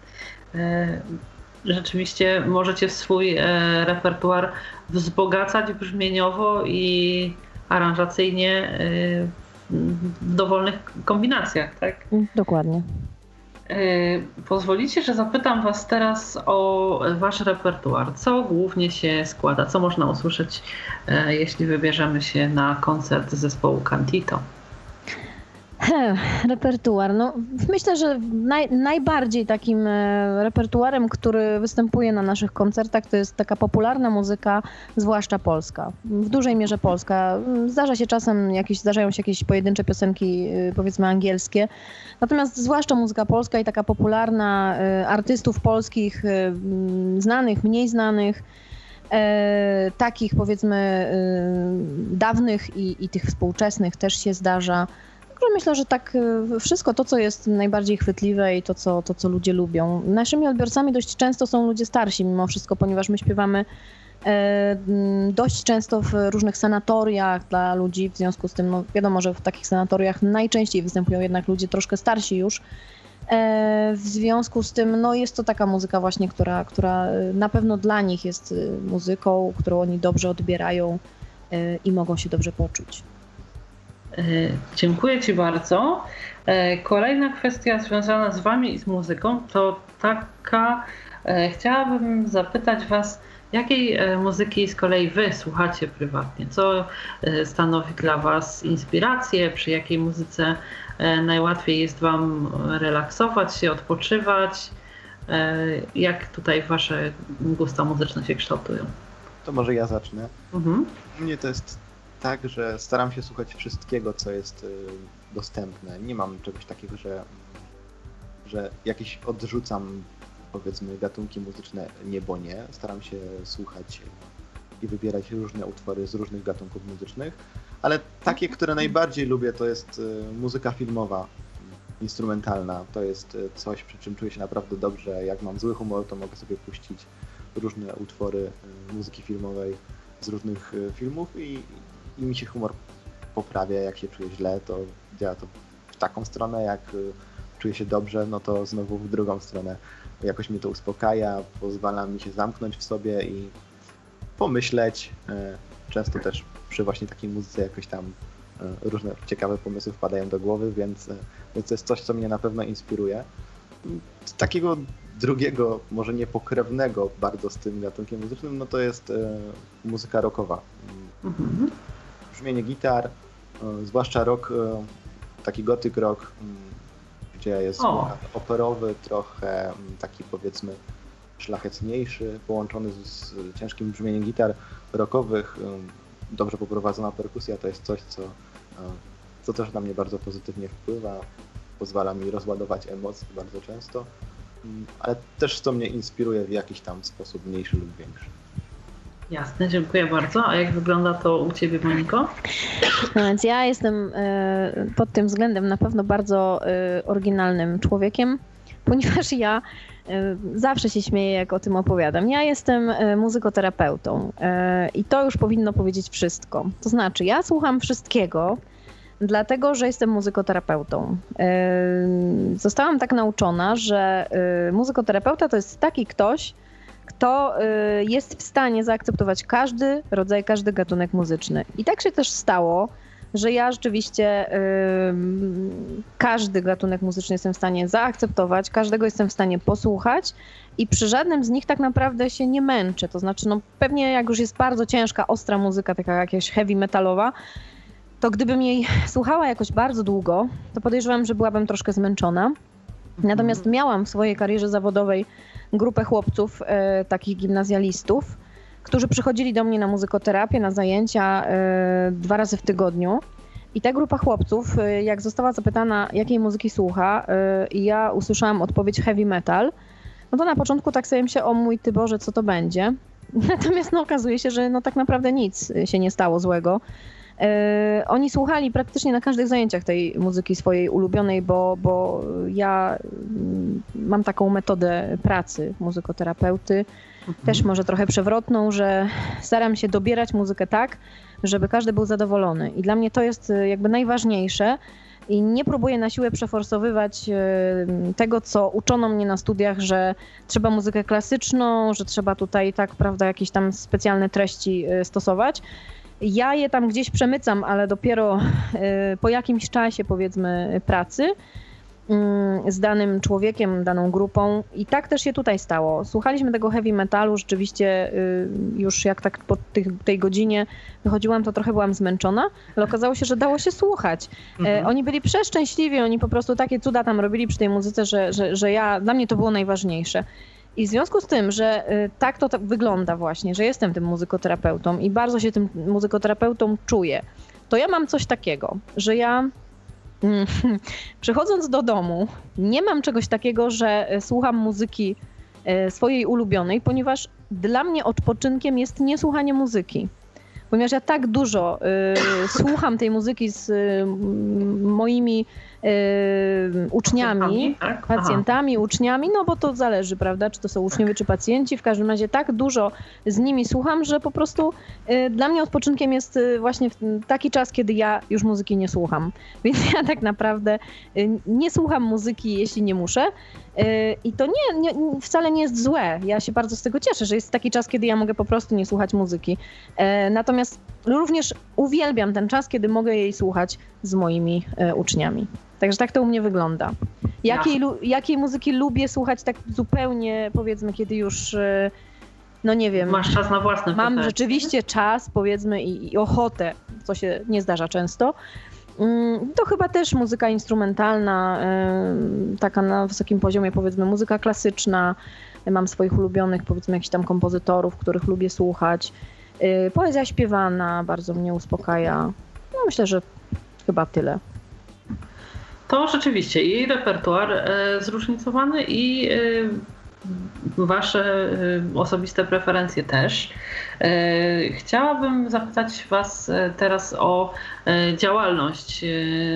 rzeczywiście możecie swój repertuar wzbogacać brzmieniowo i aranżacyjnie w dowolnych kombinacjach, tak? Dokładnie. Pozwolicie, że zapytam Was teraz o Wasz repertuar. Co głównie się składa? Co można usłyszeć, jeśli wybierzemy się na koncert zespołu Cantito? Repertuar. No, myślę, że najbardziej takim repertuarem, który występuje na naszych koncertach, to jest taka popularna muzyka, zwłaszcza polska. W dużej mierze polska. Zdarzają się jakieś pojedyncze piosenki, powiedzmy angielskie. Natomiast zwłaszcza muzyka polska i taka popularna, artystów polskich, znanych, mniej znanych, takich powiedzmy dawnych i tych współczesnych też się zdarza. Myślę, że tak wszystko to, co jest najbardziej chwytliwe i to, co ludzie lubią. Naszymi odbiorcami dość często są ludzie starsi mimo wszystko, ponieważ my śpiewamy dość często w różnych sanatoriach dla ludzi, w związku z tym no wiadomo, że w takich sanatoriach najczęściej występują jednak ludzie troszkę starsi już. W związku z tym no jest to taka muzyka właśnie, która na pewno dla nich jest muzyką, którą oni dobrze odbierają i mogą się dobrze poczuć. Dziękuję Ci bardzo. Kolejna kwestia związana z Wami i z muzyką to taka, chciałabym zapytać Was, jakiej muzyki z kolei Wy słuchacie prywatnie? Co stanowi dla Was inspirację? Przy jakiej muzyce najłatwiej jest Wam relaksować się, odpoczywać? Jak tutaj Wasze gusta muzyczne się kształtują? To może ja zacznę. Mhm. U mnie to jest tak, że staram się słuchać wszystkiego, co jest dostępne. Nie mam czegoś takiego, że jakieś odrzucam, powiedzmy, gatunki muzyczne nie, bo nie. Staram się słuchać i wybierać różne utwory z różnych gatunków muzycznych, ale takie, które najbardziej lubię, to jest muzyka filmowa, instrumentalna. To jest coś, przy czym czuję się naprawdę dobrze. Jak mam zły humor, to mogę sobie puścić różne utwory muzyki filmowej z różnych filmów i mi się humor poprawia. Jak się czuję źle, to działa to w taką stronę, jak czuję się dobrze, no to znowu w drugą stronę. Jakoś mnie to uspokaja, pozwala mi się zamknąć w sobie i pomyśleć. Często też przy właśnie takiej muzyce jakoś tam różne ciekawe pomysły wpadają do głowy, więc to jest coś, co mnie na pewno inspiruje. Z takiego drugiego, może nie pokrewnego bardzo z tym gatunkiem muzycznym, no to jest muzyka rockowa. Mhm. Brzmienie gitar, zwłaszcza rock, taki gothic rock, gdzie jest operowy, trochę taki powiedzmy szlachetniejszy, połączony z ciężkim brzmieniem gitar rockowych. Dobrze poprowadzona perkusja to jest coś, co też na mnie bardzo pozytywnie wpływa. Pozwala mi rozładować emocje bardzo często, ale też to mnie inspiruje w jakiś tam sposób mniejszy lub większy. Jasne, dziękuję bardzo. A jak wygląda to u Ciebie, Moniko? Więc ja jestem pod tym względem na pewno bardzo oryginalnym człowiekiem, ponieważ ja zawsze się śmieję, jak o tym opowiadam. Ja jestem muzykoterapeutą i to już powinno powiedzieć wszystko. To znaczy, ja słucham wszystkiego, dlatego, że jestem muzykoterapeutą. Zostałam tak nauczona, że muzykoterapeuta to jest taki ktoś, kto jest w stanie zaakceptować każdy rodzaj, każdy gatunek muzyczny. I tak się też stało, że ja rzeczywiście każdy gatunek muzyczny jestem w stanie zaakceptować, każdego jestem w stanie posłuchać i przy żadnym z nich tak naprawdę się nie męczę. To znaczy, no pewnie jak już jest bardzo ciężka, ostra muzyka, taka jakaś heavy metalowa, to gdybym jej słuchała jakoś bardzo długo, to podejrzewam, że byłabym troszkę zmęczona. Natomiast miałam w swojej karierze zawodowej grupę chłopców, takich gimnazjalistów, którzy przychodzili do mnie na muzykoterapię, na zajęcia 2 razy w tygodniu. I ta grupa chłopców, jak została zapytana, jakiej muzyki słucha, i ja usłyszałam odpowiedź heavy metal, no to na początku tak sobie myślę, o mój Ty Boże, co to będzie? Natomiast no, okazuje się, że no, tak naprawdę nic się nie stało złego. Oni słuchali praktycznie na każdych zajęciach tej muzyki swojej ulubionej, bo ja mam taką metodę pracy muzykoterapeuty, też może trochę przewrotną, że staram się dobierać muzykę tak, żeby każdy był zadowolony. I dla mnie to jest jakby najważniejsze i nie próbuję na siłę przeforsowywać tego, co uczono mnie na studiach, że trzeba muzykę klasyczną, że trzeba tutaj tak, prawda, jakieś tam specjalne treści stosować. Ja je tam gdzieś przemycam, ale dopiero po jakimś czasie, powiedzmy, pracy z danym człowiekiem, daną grupą. I tak też się tutaj stało. Słuchaliśmy tego heavy metalu, rzeczywiście już jak tak po tej godzinie wychodziłam, to trochę byłam zmęczona, ale okazało się, że dało się słuchać. Oni byli przeszczęśliwi, oni po prostu takie cuda tam robili przy tej muzyce, że dla mnie to było najważniejsze. I w związku z tym, że tak to wygląda właśnie, że jestem tym muzykoterapeutą i bardzo się tym muzykoterapeutą czuję, to ja mam coś takiego, że ja przychodząc do domu nie mam czegoś takiego, że słucham muzyki swojej ulubionej, ponieważ dla mnie odpoczynkiem jest niesłuchanie muzyki. Ponieważ ja tak dużo słucham tej muzyki z moimi uczniami, pacjentami, uczniami, no bo to zależy, prawda, czy to są uczniowie, czy pacjenci. W każdym razie tak dużo z nimi słucham, że po prostu dla mnie odpoczynkiem jest właśnie taki czas, kiedy ja już muzyki nie słucham. Więc ja tak naprawdę nie słucham muzyki, jeśli nie muszę. I to wcale nie jest złe. Ja się bardzo z tego cieszę, że jest taki czas, kiedy ja mogę po prostu nie słuchać muzyki. Natomiast również uwielbiam ten czas, kiedy mogę jej słuchać z moimi uczniami. Także tak to u mnie wygląda. Jakiej muzyki lubię słuchać tak zupełnie, powiedzmy, kiedy już, no nie wiem. Masz czas na własne Mam pytanie. rzeczywiście czas, powiedzmy, i ochotę, co się nie zdarza często. To chyba też muzyka instrumentalna, taka na wysokim poziomie, powiedzmy, muzyka klasyczna. Mam swoich ulubionych, powiedzmy, jakichś tam kompozytorów, których lubię słuchać. Poezja śpiewana bardzo mnie uspokaja. No myślę, że chyba tyle. To rzeczywiście i repertuar zróżnicowany i wasze osobiste preferencje też. Chciałabym zapytać was teraz o działalność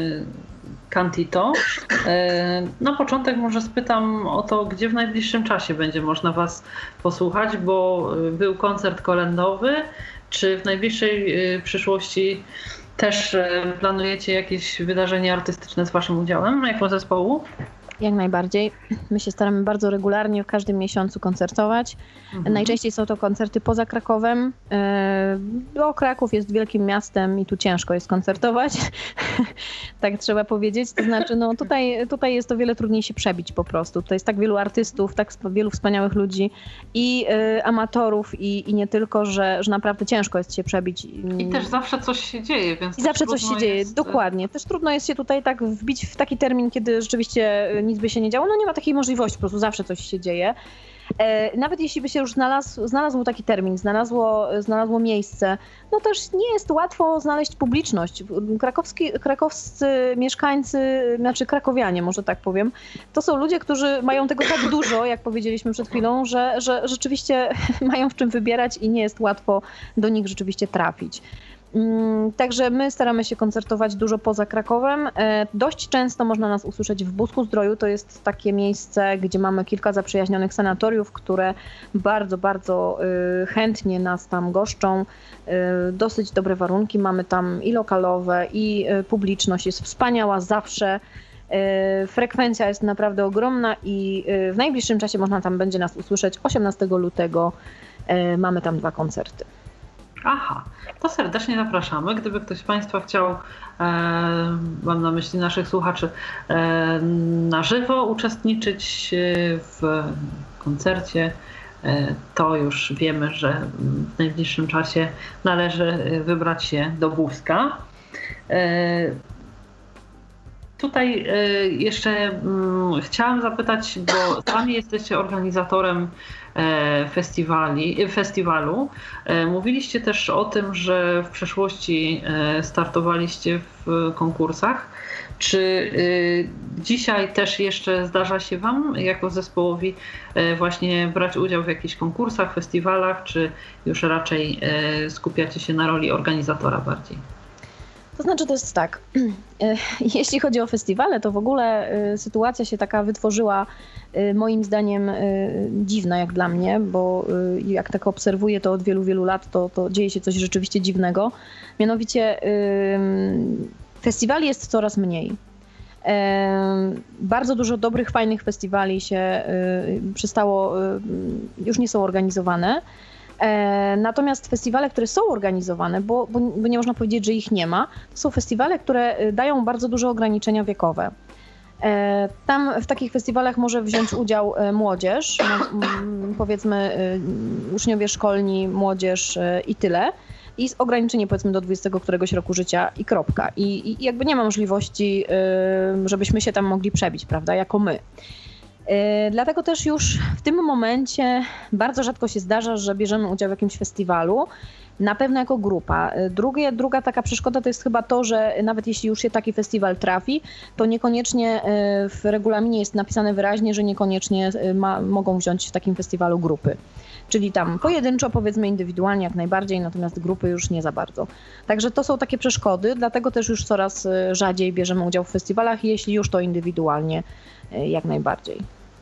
Cantito. Na początek może spytam o to, gdzie w najbliższym czasie będzie można was posłuchać, bo był koncert kolędowy. Czy w najbliższej przyszłości też planujecie jakieś wydarzenie artystyczne z waszym udziałem jako zespołu? Jak najbardziej. My się staramy bardzo regularnie w każdym miesiącu koncertować. Najczęściej są to koncerty poza Krakowem, bo Kraków jest wielkim miastem i tu ciężko jest koncertować. Tak trzeba powiedzieć. To znaczy, no tutaj jest o wiele trudniej się przebić po prostu. Tutaj jest tak wielu artystów, tak wielu wspaniałych ludzi i amatorów i nie tylko, że naprawdę ciężko jest się przebić. I też zawsze coś się dzieje, więc i zawsze coś się dzieje, dokładnie. Też trudno jest się tutaj tak wbić w taki termin, kiedy rzeczywiście nic by się nie działo. No nie ma takiej możliwości, po prostu zawsze coś się dzieje. Nawet jeśli by się już znalazł taki termin, znalazło miejsce, no też nie jest łatwo znaleźć publiczność. Krakowscy mieszkańcy, znaczy krakowianie, może tak powiem, to są ludzie, którzy mają tego tak dużo, jak powiedzieliśmy przed chwilą, że rzeczywiście mają w czym wybierać i nie jest łatwo do nich rzeczywiście trafić. Także my staramy się koncertować dużo poza Krakowem. Dość często można nas usłyszeć w Busku-Zdroju. To jest takie miejsce, gdzie mamy kilka zaprzyjaźnionych sanatoriów, które bardzo, bardzo chętnie nas tam goszczą. Dosyć dobre warunki mamy tam i lokalowe, i publiczność jest wspaniała zawsze. Frekwencja jest naprawdę ogromna i w najbliższym czasie można tam będzie nas usłyszeć. 18 lutego mamy tam 2 koncerty. Aha, to serdecznie zapraszamy. Gdyby ktoś z Państwa chciał, mam na myśli naszych słuchaczy, na żywo uczestniczyć w koncercie, to już wiemy, że w najbliższym czasie należy wybrać się do Buzka. Tutaj jeszcze chciałam zapytać, bo sami jesteście organizatorem festiwalu. Mówiliście też o tym, że w przeszłości startowaliście w konkursach. Czy dzisiaj też jeszcze zdarza się Wam jako zespołowi właśnie brać udział w jakichś konkursach, festiwalach, czy już raczej skupiacie się na roli organizatora bardziej? To znaczy to jest tak, jeśli chodzi o festiwale, to w ogóle sytuacja się taka wytworzyła moim zdaniem dziwna jak dla mnie, bo jak tak obserwuję to od wielu, wielu lat, to dzieje się coś rzeczywiście dziwnego. Mianowicie festiwali jest coraz mniej. Bardzo dużo dobrych, fajnych festiwali się przestało, już nie są organizowane. Natomiast festiwale, które są organizowane, bo nie można powiedzieć, że ich nie ma, to są festiwale, które dają bardzo duże ograniczenia wiekowe. Tam w takich festiwalach może wziąć udział młodzież, powiedzmy uczniowie szkolni, młodzież i tyle. I ograniczenie powiedzmy do 20 któregoś roku życia i kropka. I jakby nie ma możliwości, żebyśmy się tam mogli przebić, prawda, jako my. Dlatego też już w tym momencie bardzo rzadko się zdarza, że bierzemy udział w jakimś festiwalu, na pewno jako grupa. Druga taka przeszkoda to jest chyba to, że nawet jeśli już się taki festiwal trafi, to niekoniecznie w regulaminie jest napisane wyraźnie, że niekoniecznie mogą wziąć w takim festiwalu grupy. Czyli tam pojedynczo, powiedzmy indywidualnie jak najbardziej, natomiast grupy już nie za bardzo. Także to są takie przeszkody, dlatego też już coraz rzadziej bierzemy udział w festiwalach, jeśli już to indywidualnie jak najbardziej.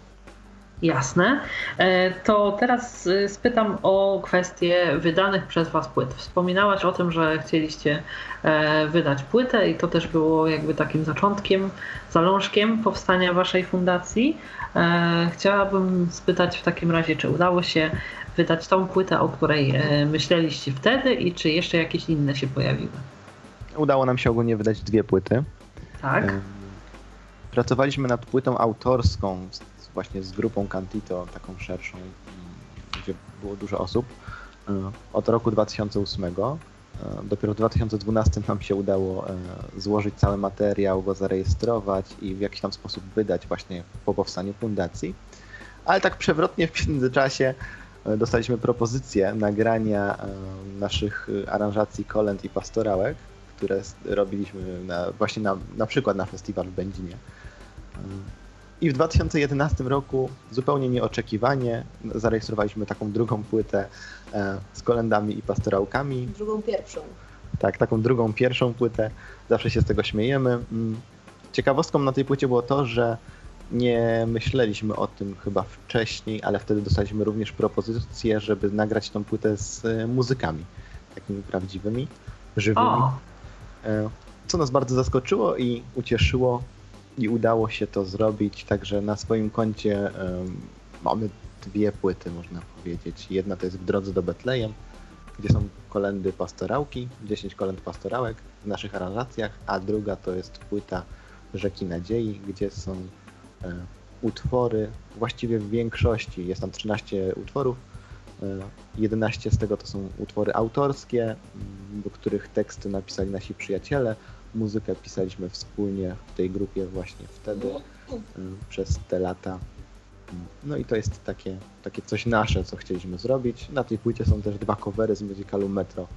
Jasne. To teraz spytam o kwestię wydanych przez Was płyt. Wspominałaś o tym, że chcieliście wydać płytę i to też było jakby takim zaczątkiem, zalążkiem powstania Waszej fundacji. Chciałabym spytać w takim razie, czy udało się wydać tą płytę, o której myśleliście wtedy i czy jeszcze jakieś inne się pojawiły? Udało nam się ogólnie wydać 2 płyty. Tak. Pracowaliśmy nad płytą autorską właśnie z grupą Cantito, taką szerszą, gdzie było dużo osób, od roku 2008. Dopiero w 2012 nam się udało złożyć cały materiał, go zarejestrować i w jakiś tam sposób wydać właśnie po powstaniu fundacji. Ale tak przewrotnie w międzyczasie dostaliśmy propozycję nagrania naszych aranżacji kolęd i pastorałek, które robiliśmy właśnie na przykład na festiwal w Będzinie. I w 2011 roku zupełnie nieoczekiwanie zarejestrowaliśmy taką drugą płytę z kolędami i pastorałkami. Drugą pierwszą. Tak, taką drugą pierwszą płytę. Zawsze się z tego śmiejemy. Ciekawostką na tej płycie było to, że nie myśleliśmy o tym chyba wcześniej, ale wtedy dostaliśmy również propozycję, żeby nagrać tą płytę z muzykami, takimi prawdziwymi, żywymi. Co nas bardzo zaskoczyło i ucieszyło. I udało się to zrobić, także na swoim koncie mamy 2 płyty, można powiedzieć. Jedna to jest W drodze do Betlejem, gdzie są kolędy pastorałki, 10 kolęd pastorałek w naszych aranżacjach, a druga to jest płyta Rzeki Nadziei, gdzie są utwory, właściwie w większości, jest tam 13 utworów, 11 z tego to są utwory autorskie, do których teksty napisali nasi przyjaciele. Muzykę pisaliśmy wspólnie w tej grupie właśnie wtedy, przez te lata. No i to jest takie coś nasze, co chcieliśmy zrobić. Na tej płycie są też 2 covery z musicalu Metro.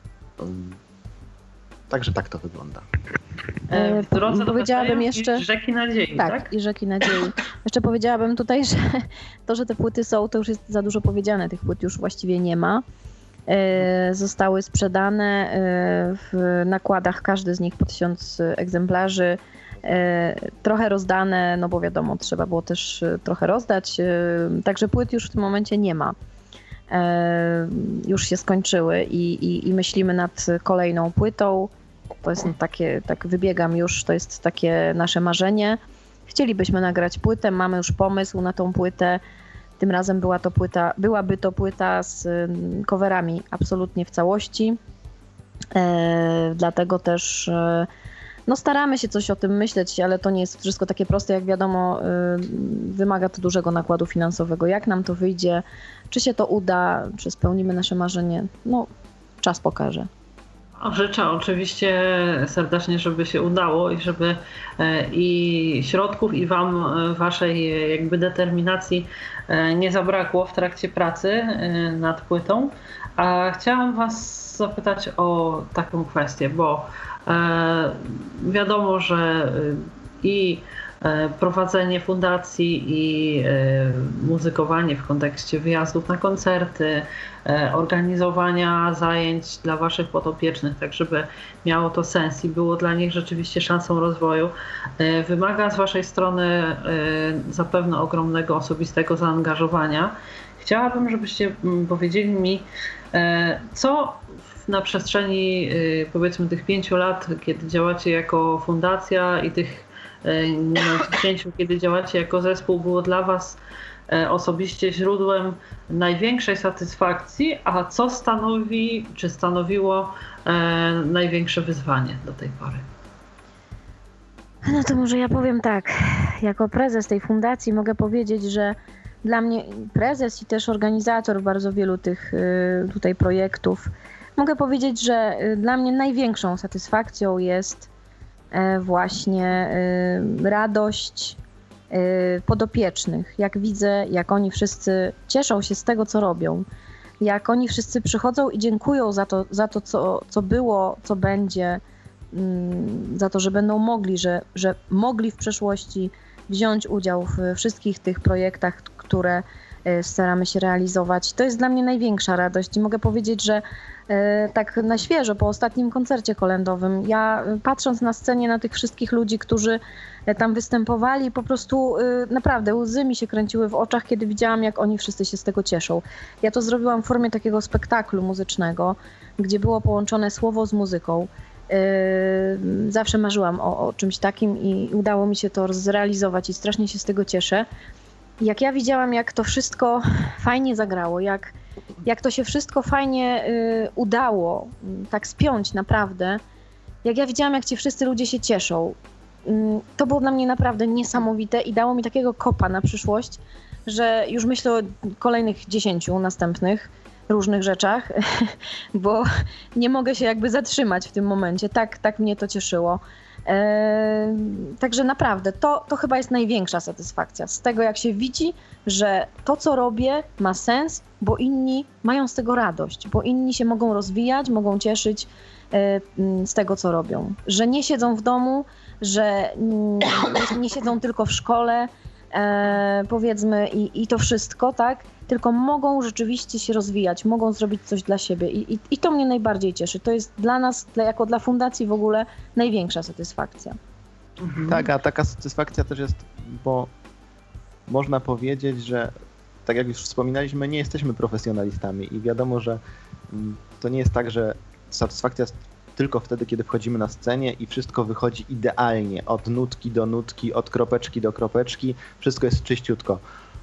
Także tak to wygląda. W drodze powiedziałabym jeszcze i Rzeki Nadziei, tak? Tak, i Rzeki Nadziei. Jeszcze powiedziałabym tutaj, że to, że te płyty są, to już jest za dużo powiedziane. Tych płyt już właściwie nie ma. Zostały sprzedane w nakładach, każdy z nich po 1000 egzemplarzy, trochę rozdane, no bo wiadomo, trzeba było też trochę rozdać, także płyt już w tym momencie nie ma. Już się skończyły i myślimy nad kolejną płytą. To jest takie, tak wybiegam już, to jest takie nasze marzenie. Chcielibyśmy nagrać płytę, mamy już pomysł na tą płytę. Tym razem byłaby to płyta z coverami absolutnie w całości. Dlatego też no staramy się coś o tym myśleć, ale to nie jest wszystko takie proste. Jak wiadomo, wymaga to dużego nakładu finansowego. Jak nam to wyjdzie, czy się to uda, czy spełnimy nasze marzenie, no czas pokaże. Życzę oczywiście serdecznie, żeby się udało i żeby i środków, i Wam Waszej jakby determinacji nie zabrakło w trakcie pracy nad płytą. A chciałam Was zapytać o taką kwestię, bo wiadomo, że i prowadzenie fundacji i muzykowanie w kontekście wyjazdów na koncerty, organizowania zajęć dla Waszych podopiecznych, tak żeby miało to sens i było dla nich rzeczywiście szansą rozwoju, wymaga z Waszej strony zapewne ogromnego osobistego zaangażowania. Chciałabym, żebyście powiedzieli mi, co na przestrzeni powiedzmy tych 5 lat, kiedy działacie jako fundacja i tych 10, kiedy działacie jako zespół, było dla Was osobiście źródłem największej satysfakcji, a co stanowi, czy stanowiło największe wyzwanie do tej pory? No to może ja powiem tak, jako prezes tej fundacji mogę powiedzieć, że dla mnie prezes i też organizator bardzo wielu tych tutaj projektów, mogę powiedzieć, że dla mnie największą satysfakcją jest właśnie radość podopiecznych. Jak widzę, jak oni wszyscy cieszą się z tego, co robią. Jak oni wszyscy przychodzą i dziękują za to co było, co będzie, za to, że będą mogli, że mogli w przeszłości wziąć udział w wszystkich tych projektach, które staramy się realizować. To jest dla mnie największa radość i mogę powiedzieć, że tak na świeżo, po ostatnim koncercie kolędowym, ja patrząc na scenie na tych wszystkich ludzi, którzy tam występowali, po prostu naprawdę łzy mi się kręciły w oczach, kiedy widziałam, jak oni wszyscy się z tego cieszą. Ja to zrobiłam w formie takiego spektaklu muzycznego, gdzie było połączone słowo z muzyką. Zawsze marzyłam o czymś takim i udało mi się to zrealizować i strasznie się z tego cieszę. Jak ja widziałam, jak to wszystko fajnie zagrało, jak to się wszystko fajnie udało tak spiąć naprawdę, jak ja widziałam, jak ci wszyscy ludzie się cieszą, to było dla mnie naprawdę niesamowite i dało mi takiego kopa na przyszłość, że już myślę o kolejnych 10 następnych różnych rzeczach, bo nie mogę się jakby zatrzymać w tym momencie. Tak mnie to cieszyło. Także naprawdę to chyba jest największa satysfakcja z tego, jak się widzi, że to, co robię, ma sens, bo inni mają z tego radość, bo inni się mogą rozwijać, mogą cieszyć z tego, co robią. Że nie siedzą w domu, że nie siedzą tylko w szkole, powiedzmy, i to wszystko, tak? Tylko mogą rzeczywiście się rozwijać, mogą zrobić coś dla siebie i to mnie najbardziej cieszy. To jest dla nas, jako dla fundacji w ogóle, największa satysfakcja. Tak, a taka satysfakcja też jest, bo można powiedzieć, że tak jak już wspominaliśmy, nie jesteśmy profesjonalistami i wiadomo, że to nie jest tak, że satysfakcja jest tylko wtedy, kiedy wchodzimy na scenie i wszystko wychodzi idealnie, od nutki do nutki, od kropeczki do kropeczki, wszystko jest czyściutko.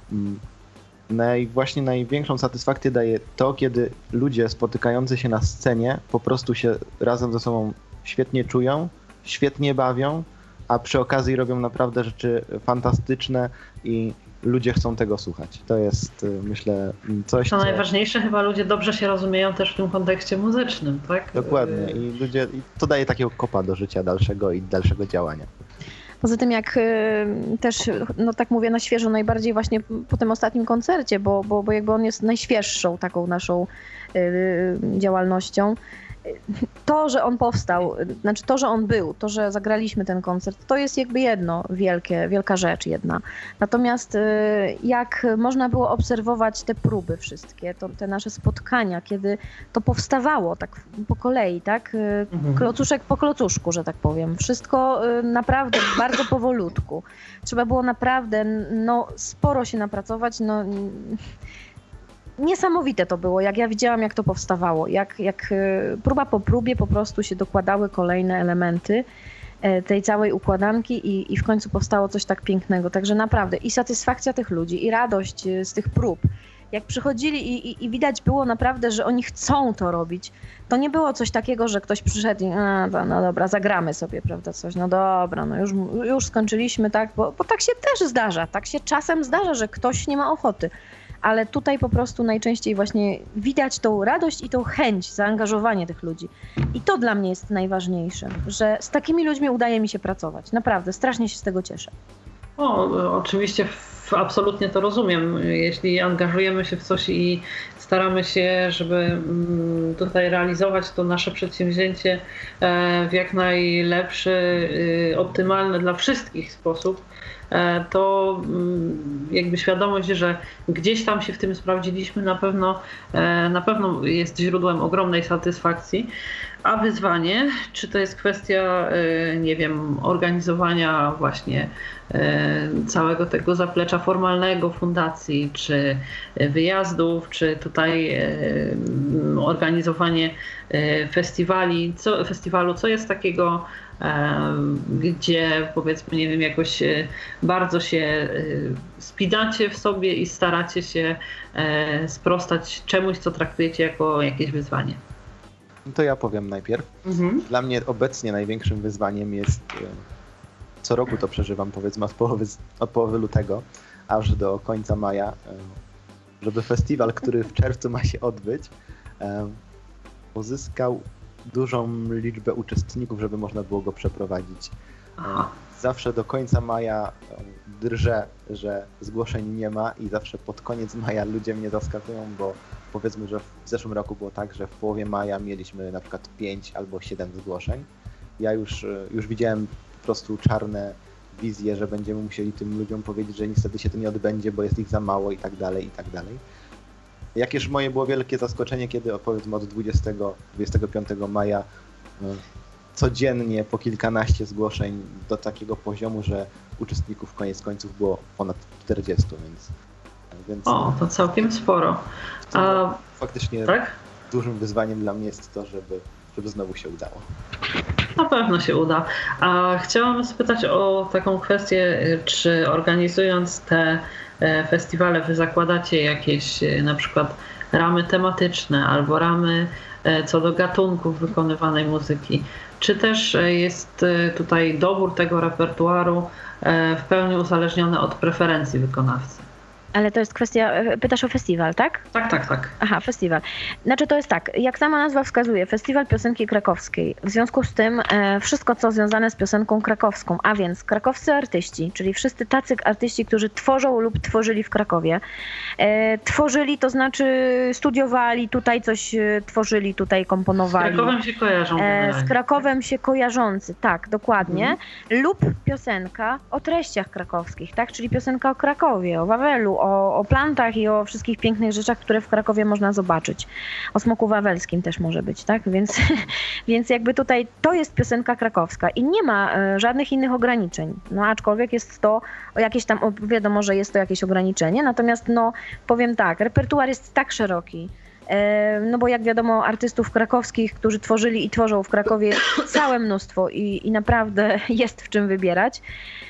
Właśnie największą satysfakcję daje to, kiedy ludzie spotykający się na scenie po prostu się razem ze sobą świetnie czują, świetnie bawią, a przy okazji robią naprawdę rzeczy fantastyczne i ludzie chcą tego słuchać. To jest, myślę, coś, co najważniejsze, chyba ludzie dobrze się rozumieją też w tym kontekście muzycznym, tak? Dokładnie. I to daje takiego kopa do życia dalszego i dalszego działania. Poza tym jak też, no tak mówię na świeżo, najbardziej właśnie po tym ostatnim koncercie, bo jakby on jest najświeższą taką naszą działalnością. To, że on powstał, znaczy to, że on był, to, że zagraliśmy ten koncert, to jest jakby jedno, wielka rzecz jedna. Natomiast jak można było obserwować te próby wszystkie, te nasze spotkania, kiedy to powstawało tak po kolei, tak? Klocuszek po klocuszku, że tak powiem. Wszystko naprawdę bardzo powolutku. Trzeba było naprawdę sporo się napracować, Niesamowite to było, jak ja widziałam, jak to powstawało, jak próba po próbie po prostu się dokładały kolejne elementy tej całej układanki i w końcu powstało coś tak pięknego. Także naprawdę i satysfakcja tych ludzi, i radość z tych prób. Jak przychodzili i widać było naprawdę, że oni chcą to robić, to nie było coś takiego, że ktoś przyszedł i no dobra, zagramy sobie, prawda, coś, no dobra, no już skończyliśmy, tak, bo tak się też zdarza, tak się czasem zdarza, że ktoś nie ma ochoty. ale tutaj po prostu najczęściej właśnie widać tą radość i tą chęć, zaangażowanie tych ludzi. I to dla mnie jest najważniejsze, że z takimi ludźmi udaje mi się pracować. Naprawdę, strasznie się z tego cieszę. Oczywiście absolutnie to rozumiem. Jeśli angażujemy się w coś i staramy się, żeby tutaj realizować to nasze przedsięwzięcie w jak najlepszy, optymalny dla wszystkich sposób, to jakby świadomość, że gdzieś tam się w tym sprawdziliśmy, na pewno jest źródłem ogromnej satysfakcji. A wyzwanie, czy to jest kwestia, nie wiem, organizowania właśnie całego tego zaplecza formalnego fundacji, czy wyjazdów, czy tutaj organizowanie festiwalu, co jest takiego, gdzie powiedzmy, nie wiem, jakoś bardzo się spinacie w sobie i staracie się sprostać czemuś, co traktujecie jako jakieś wyzwanie. To ja powiem najpierw. Dla mnie obecnie największym wyzwaniem jest, co roku to przeżywam, powiedzmy od połowy lutego aż do końca maja, żeby festiwal, który w czerwcu ma się odbyć, uzyskał dużą liczbę uczestników, żeby można było go przeprowadzić. Zawsze do końca maja drżę, że zgłoszeń nie ma i zawsze pod koniec maja ludzie mnie zaskakują, bo powiedzmy, że w zeszłym roku było tak, że w połowie maja mieliśmy na przykład 5 albo 7 zgłoszeń. Ja już widziałem po prostu czarne wizje, że będziemy musieli tym ludziom powiedzieć, że niestety się to nie odbędzie, bo jest ich za mało i tak dalej, i tak dalej. Jakież moje było wielkie zaskoczenie, kiedy powiedzmy od 25 maja codziennie po kilkanaście zgłoszeń do takiego poziomu, że uczestników koniec końców było ponad 40, więc to całkiem sporo. Faktycznie tak? Dużym wyzwaniem dla mnie jest to, żeby znowu się udało. Na pewno się uda. A chciałam spytać o taką kwestię, czy organizując te festiwale wy zakładacie jakieś na przykład ramy tematyczne albo ramy co do gatunków wykonywanej muzyki? Czy też jest tutaj dobór tego repertuaru w pełni uzależniony od preferencji wykonawcy? Ale to jest kwestia, pytasz o festiwal, tak? Tak. Aha, festiwal. Znaczy to jest tak, jak sama nazwa wskazuje, Festiwal Piosenki Krakowskiej. W związku z tym wszystko, co związane z piosenką krakowską, a więc krakowscy artyści, czyli wszyscy tacy artyści, którzy tworzą lub tworzyli w Krakowie. Tworzyli, to znaczy studiowali, tutaj coś tworzyli, tutaj komponowali. Z Krakowem się kojarzą. Z Krakowem się kojarzący, tak, dokładnie. Lub piosenka o treściach krakowskich, tak, czyli piosenka o Krakowie, o Wawelu, o plantach i o wszystkich pięknych rzeczach, które w Krakowie można zobaczyć. O smoku wawelskim też może być, tak? Więc jakby tutaj to jest piosenka krakowska i nie ma żadnych innych ograniczeń. No aczkolwiek jest to jakieś tam, wiadomo, że jest to jakieś ograniczenie, natomiast no powiem tak, repertuar jest tak szeroki, no bo jak wiadomo artystów krakowskich, którzy tworzyli i tworzą w Krakowie całe mnóstwo i naprawdę jest w czym wybierać.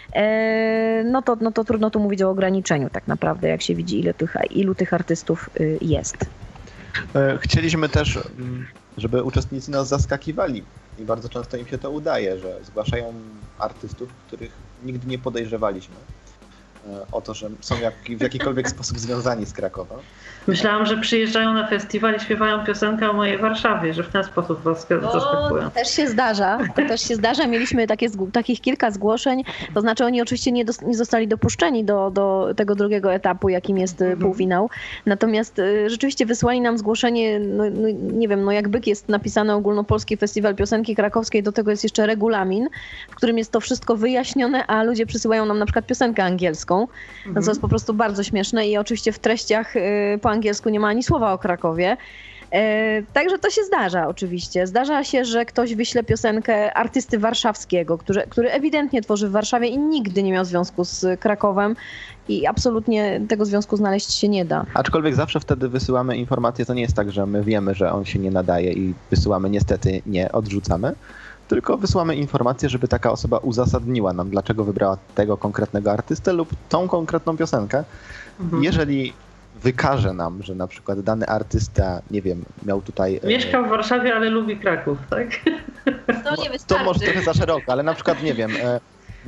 No to trudno tu mówić o ograniczeniu tak naprawdę, jak się widzi, ilu tych artystów jest. Chcieliśmy też, żeby uczestnicy nas zaskakiwali i bardzo często im się to udaje, że zgłaszają artystów, których nigdy nie podejrzewaliśmy o to, że są w jakikolwiek sposób związani z Krakowa. Myślałam, że przyjeżdżają na festiwal i śpiewają piosenkę o mojej Warszawie, że w ten sposób was zaskakują. To też się zdarza. Mieliśmy takich kilka zgłoszeń, to znaczy oni oczywiście nie zostali dopuszczeni do tego drugiego etapu, jakim jest półfinał. Natomiast rzeczywiście wysłali nam zgłoszenie, nie wiem, jak byk jest napisany Ogólnopolski Festiwal Piosenki Krakowskiej, do tego jest jeszcze regulamin, w którym jest to wszystko wyjaśnione, a ludzie przysyłają nam na przykład piosenkę angielską, co jest po prostu bardzo śmieszne i oczywiście w treściach po angielsku nie ma ani słowa o Krakowie. Także to się zdarza oczywiście. Zdarza się, że ktoś wyśle piosenkę artysty warszawskiego, który ewidentnie tworzy w Warszawie i nigdy nie miał związku z Krakowem i absolutnie tego związku znaleźć się nie da. Aczkolwiek zawsze wtedy wysyłamy informacje, to nie jest tak, że my wiemy, że on się nie nadaje i wysyłamy niestety nie, odrzucamy, tylko wysyłamy informację, żeby taka osoba uzasadniła nam, dlaczego wybrała tego konkretnego artystę lub tą konkretną piosenkę. Jeżeli wykaże nam, że na przykład dany artysta, nie wiem, miał tutaj... Mieszka w Warszawie, ale lubi Kraków, tak? To nie wystarczy. To może trochę za szeroko, ale na przykład, nie wiem,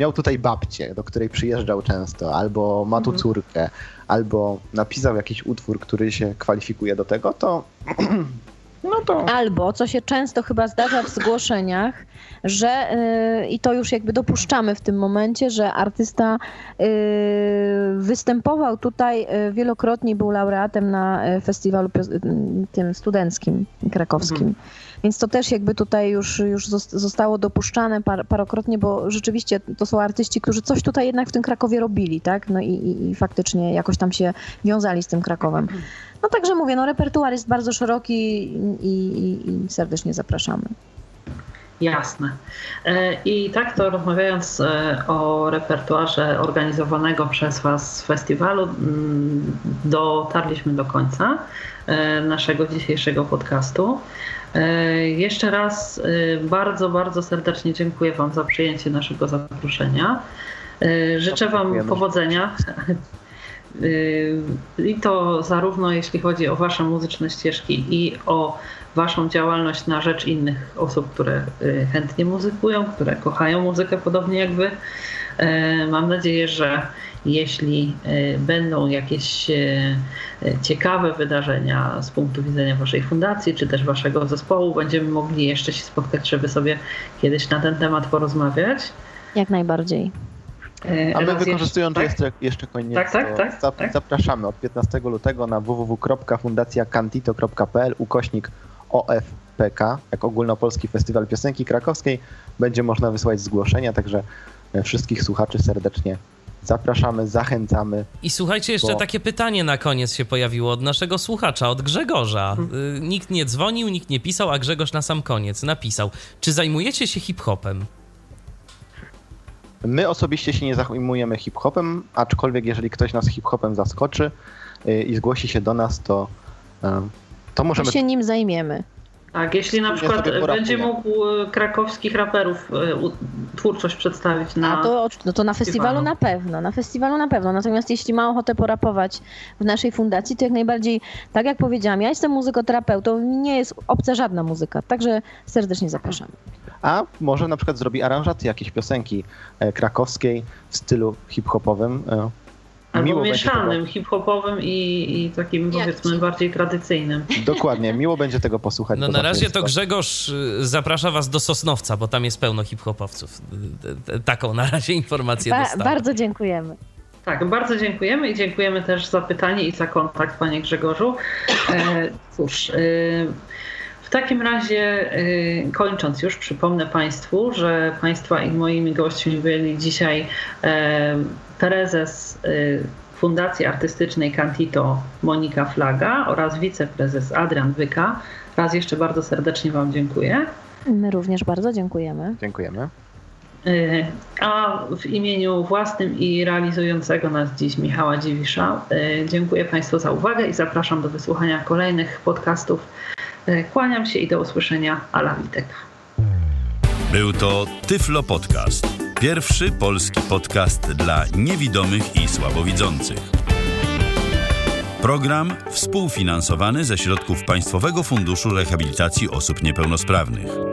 miał tutaj babcię, do której przyjeżdżał często, albo ma tu córkę, albo napisał jakiś utwór, który się kwalifikuje do tego, to Albo, co się często chyba zdarza w zgłoszeniach, że i to już jakby dopuszczamy w tym momencie, że artysta występował tutaj wielokrotnie, był laureatem na festiwalu tym studenckim krakowskim. Więc to też jakby tutaj już zostało dopuszczane parokrotnie, bo rzeczywiście to są artyści, którzy coś tutaj jednak w tym Krakowie robili, tak? No i faktycznie jakoś tam się wiązali z tym Krakowem. No także mówię, no repertuar jest bardzo szeroki i serdecznie zapraszamy. Jasne. I tak to rozmawiając o repertuarze organizowanego przez Was festiwalu, dotarliśmy do końca naszego dzisiejszego podcastu. Jeszcze raz bardzo, bardzo serdecznie dziękuję Wam za przyjęcie naszego zaproszenia. Życzę Wam powodzenia. I to zarówno jeśli chodzi o Wasze muzyczne ścieżki i o Waszą działalność na rzecz innych osób, które chętnie muzykują, które kochają muzykę podobnie jak Wy. Mam nadzieję, że jeśli będą jakieś ciekawe wydarzenia z punktu widzenia Waszej fundacji, czy też Waszego zespołu, będziemy mogli jeszcze się spotkać, żeby sobie kiedyś na ten temat porozmawiać. Jak najbardziej. A my wykorzystując, że jest jeszcze koniec, zapraszamy od 15 lutego na www.fundacjacantito.pl/OFPK, jak Ogólnopolski Festiwal Piosenki Krakowskiej. Będzie można wysłać zgłoszenia, także wszystkich słuchaczy serdecznie zapraszamy, zachęcamy. I słuchajcie, jeszcze takie pytanie na koniec się pojawiło od naszego słuchacza, od Grzegorza. Nikt nie dzwonił, nikt nie pisał, a Grzegorz na sam koniec napisał: czy zajmujecie się hip-hopem? My osobiście się nie zajmujemy hip-hopem, aczkolwiek jeżeli ktoś nas hip-hopem zaskoczy i zgłosi się do nas, to możemy... My się nim zajmiemy. Tak, jeśli na przykład będzie mógł krakowskich raperów twórczość przedstawić na... To na festiwalu na pewno. Natomiast jeśli ma ochotę porapować w naszej fundacji, to jak najbardziej, tak jak powiedziałam, ja jestem muzykoterapeutą, nie jest obca żadna muzyka, także serdecznie zapraszamy. A może na przykład zrobi aranżację jakiejś piosenki krakowskiej w stylu hip-hopowym. Albo mieszanym, hip-hopowym i takim, powiedzmy, bardziej tradycyjnym. Dokładnie, miło będzie tego posłuchać. No na razie to Grzegorz zaprasza was do Sosnowca, bo tam jest pełno hip-hopowców. Taką na razie informację dostałem. Bardzo dziękujemy. Tak, bardzo dziękujemy i dziękujemy też za pytanie i za kontakt, panie Grzegorzu. Cóż... W takim razie, kończąc już, przypomnę Państwu, że Państwa i moimi gośćmi byli dzisiaj prezes Fundacji Artystycznej Cantito Monika Flaga oraz wiceprezes Adrian Wyka. Raz jeszcze bardzo serdecznie Wam dziękuję. My również bardzo dziękujemy. Dziękujemy. A w imieniu własnym i realizującego nas dziś Michała Dziwisza dziękuję Państwu za uwagę i zapraszam do wysłuchania kolejnych podcastów. Kłaniam się i do usłyszenia. Ala Witek. Był to Tyflo Podcast. Pierwszy polski podcast dla niewidomych i słabowidzących. Program współfinansowany ze środków Państwowego Funduszu Rehabilitacji Osób Niepełnosprawnych.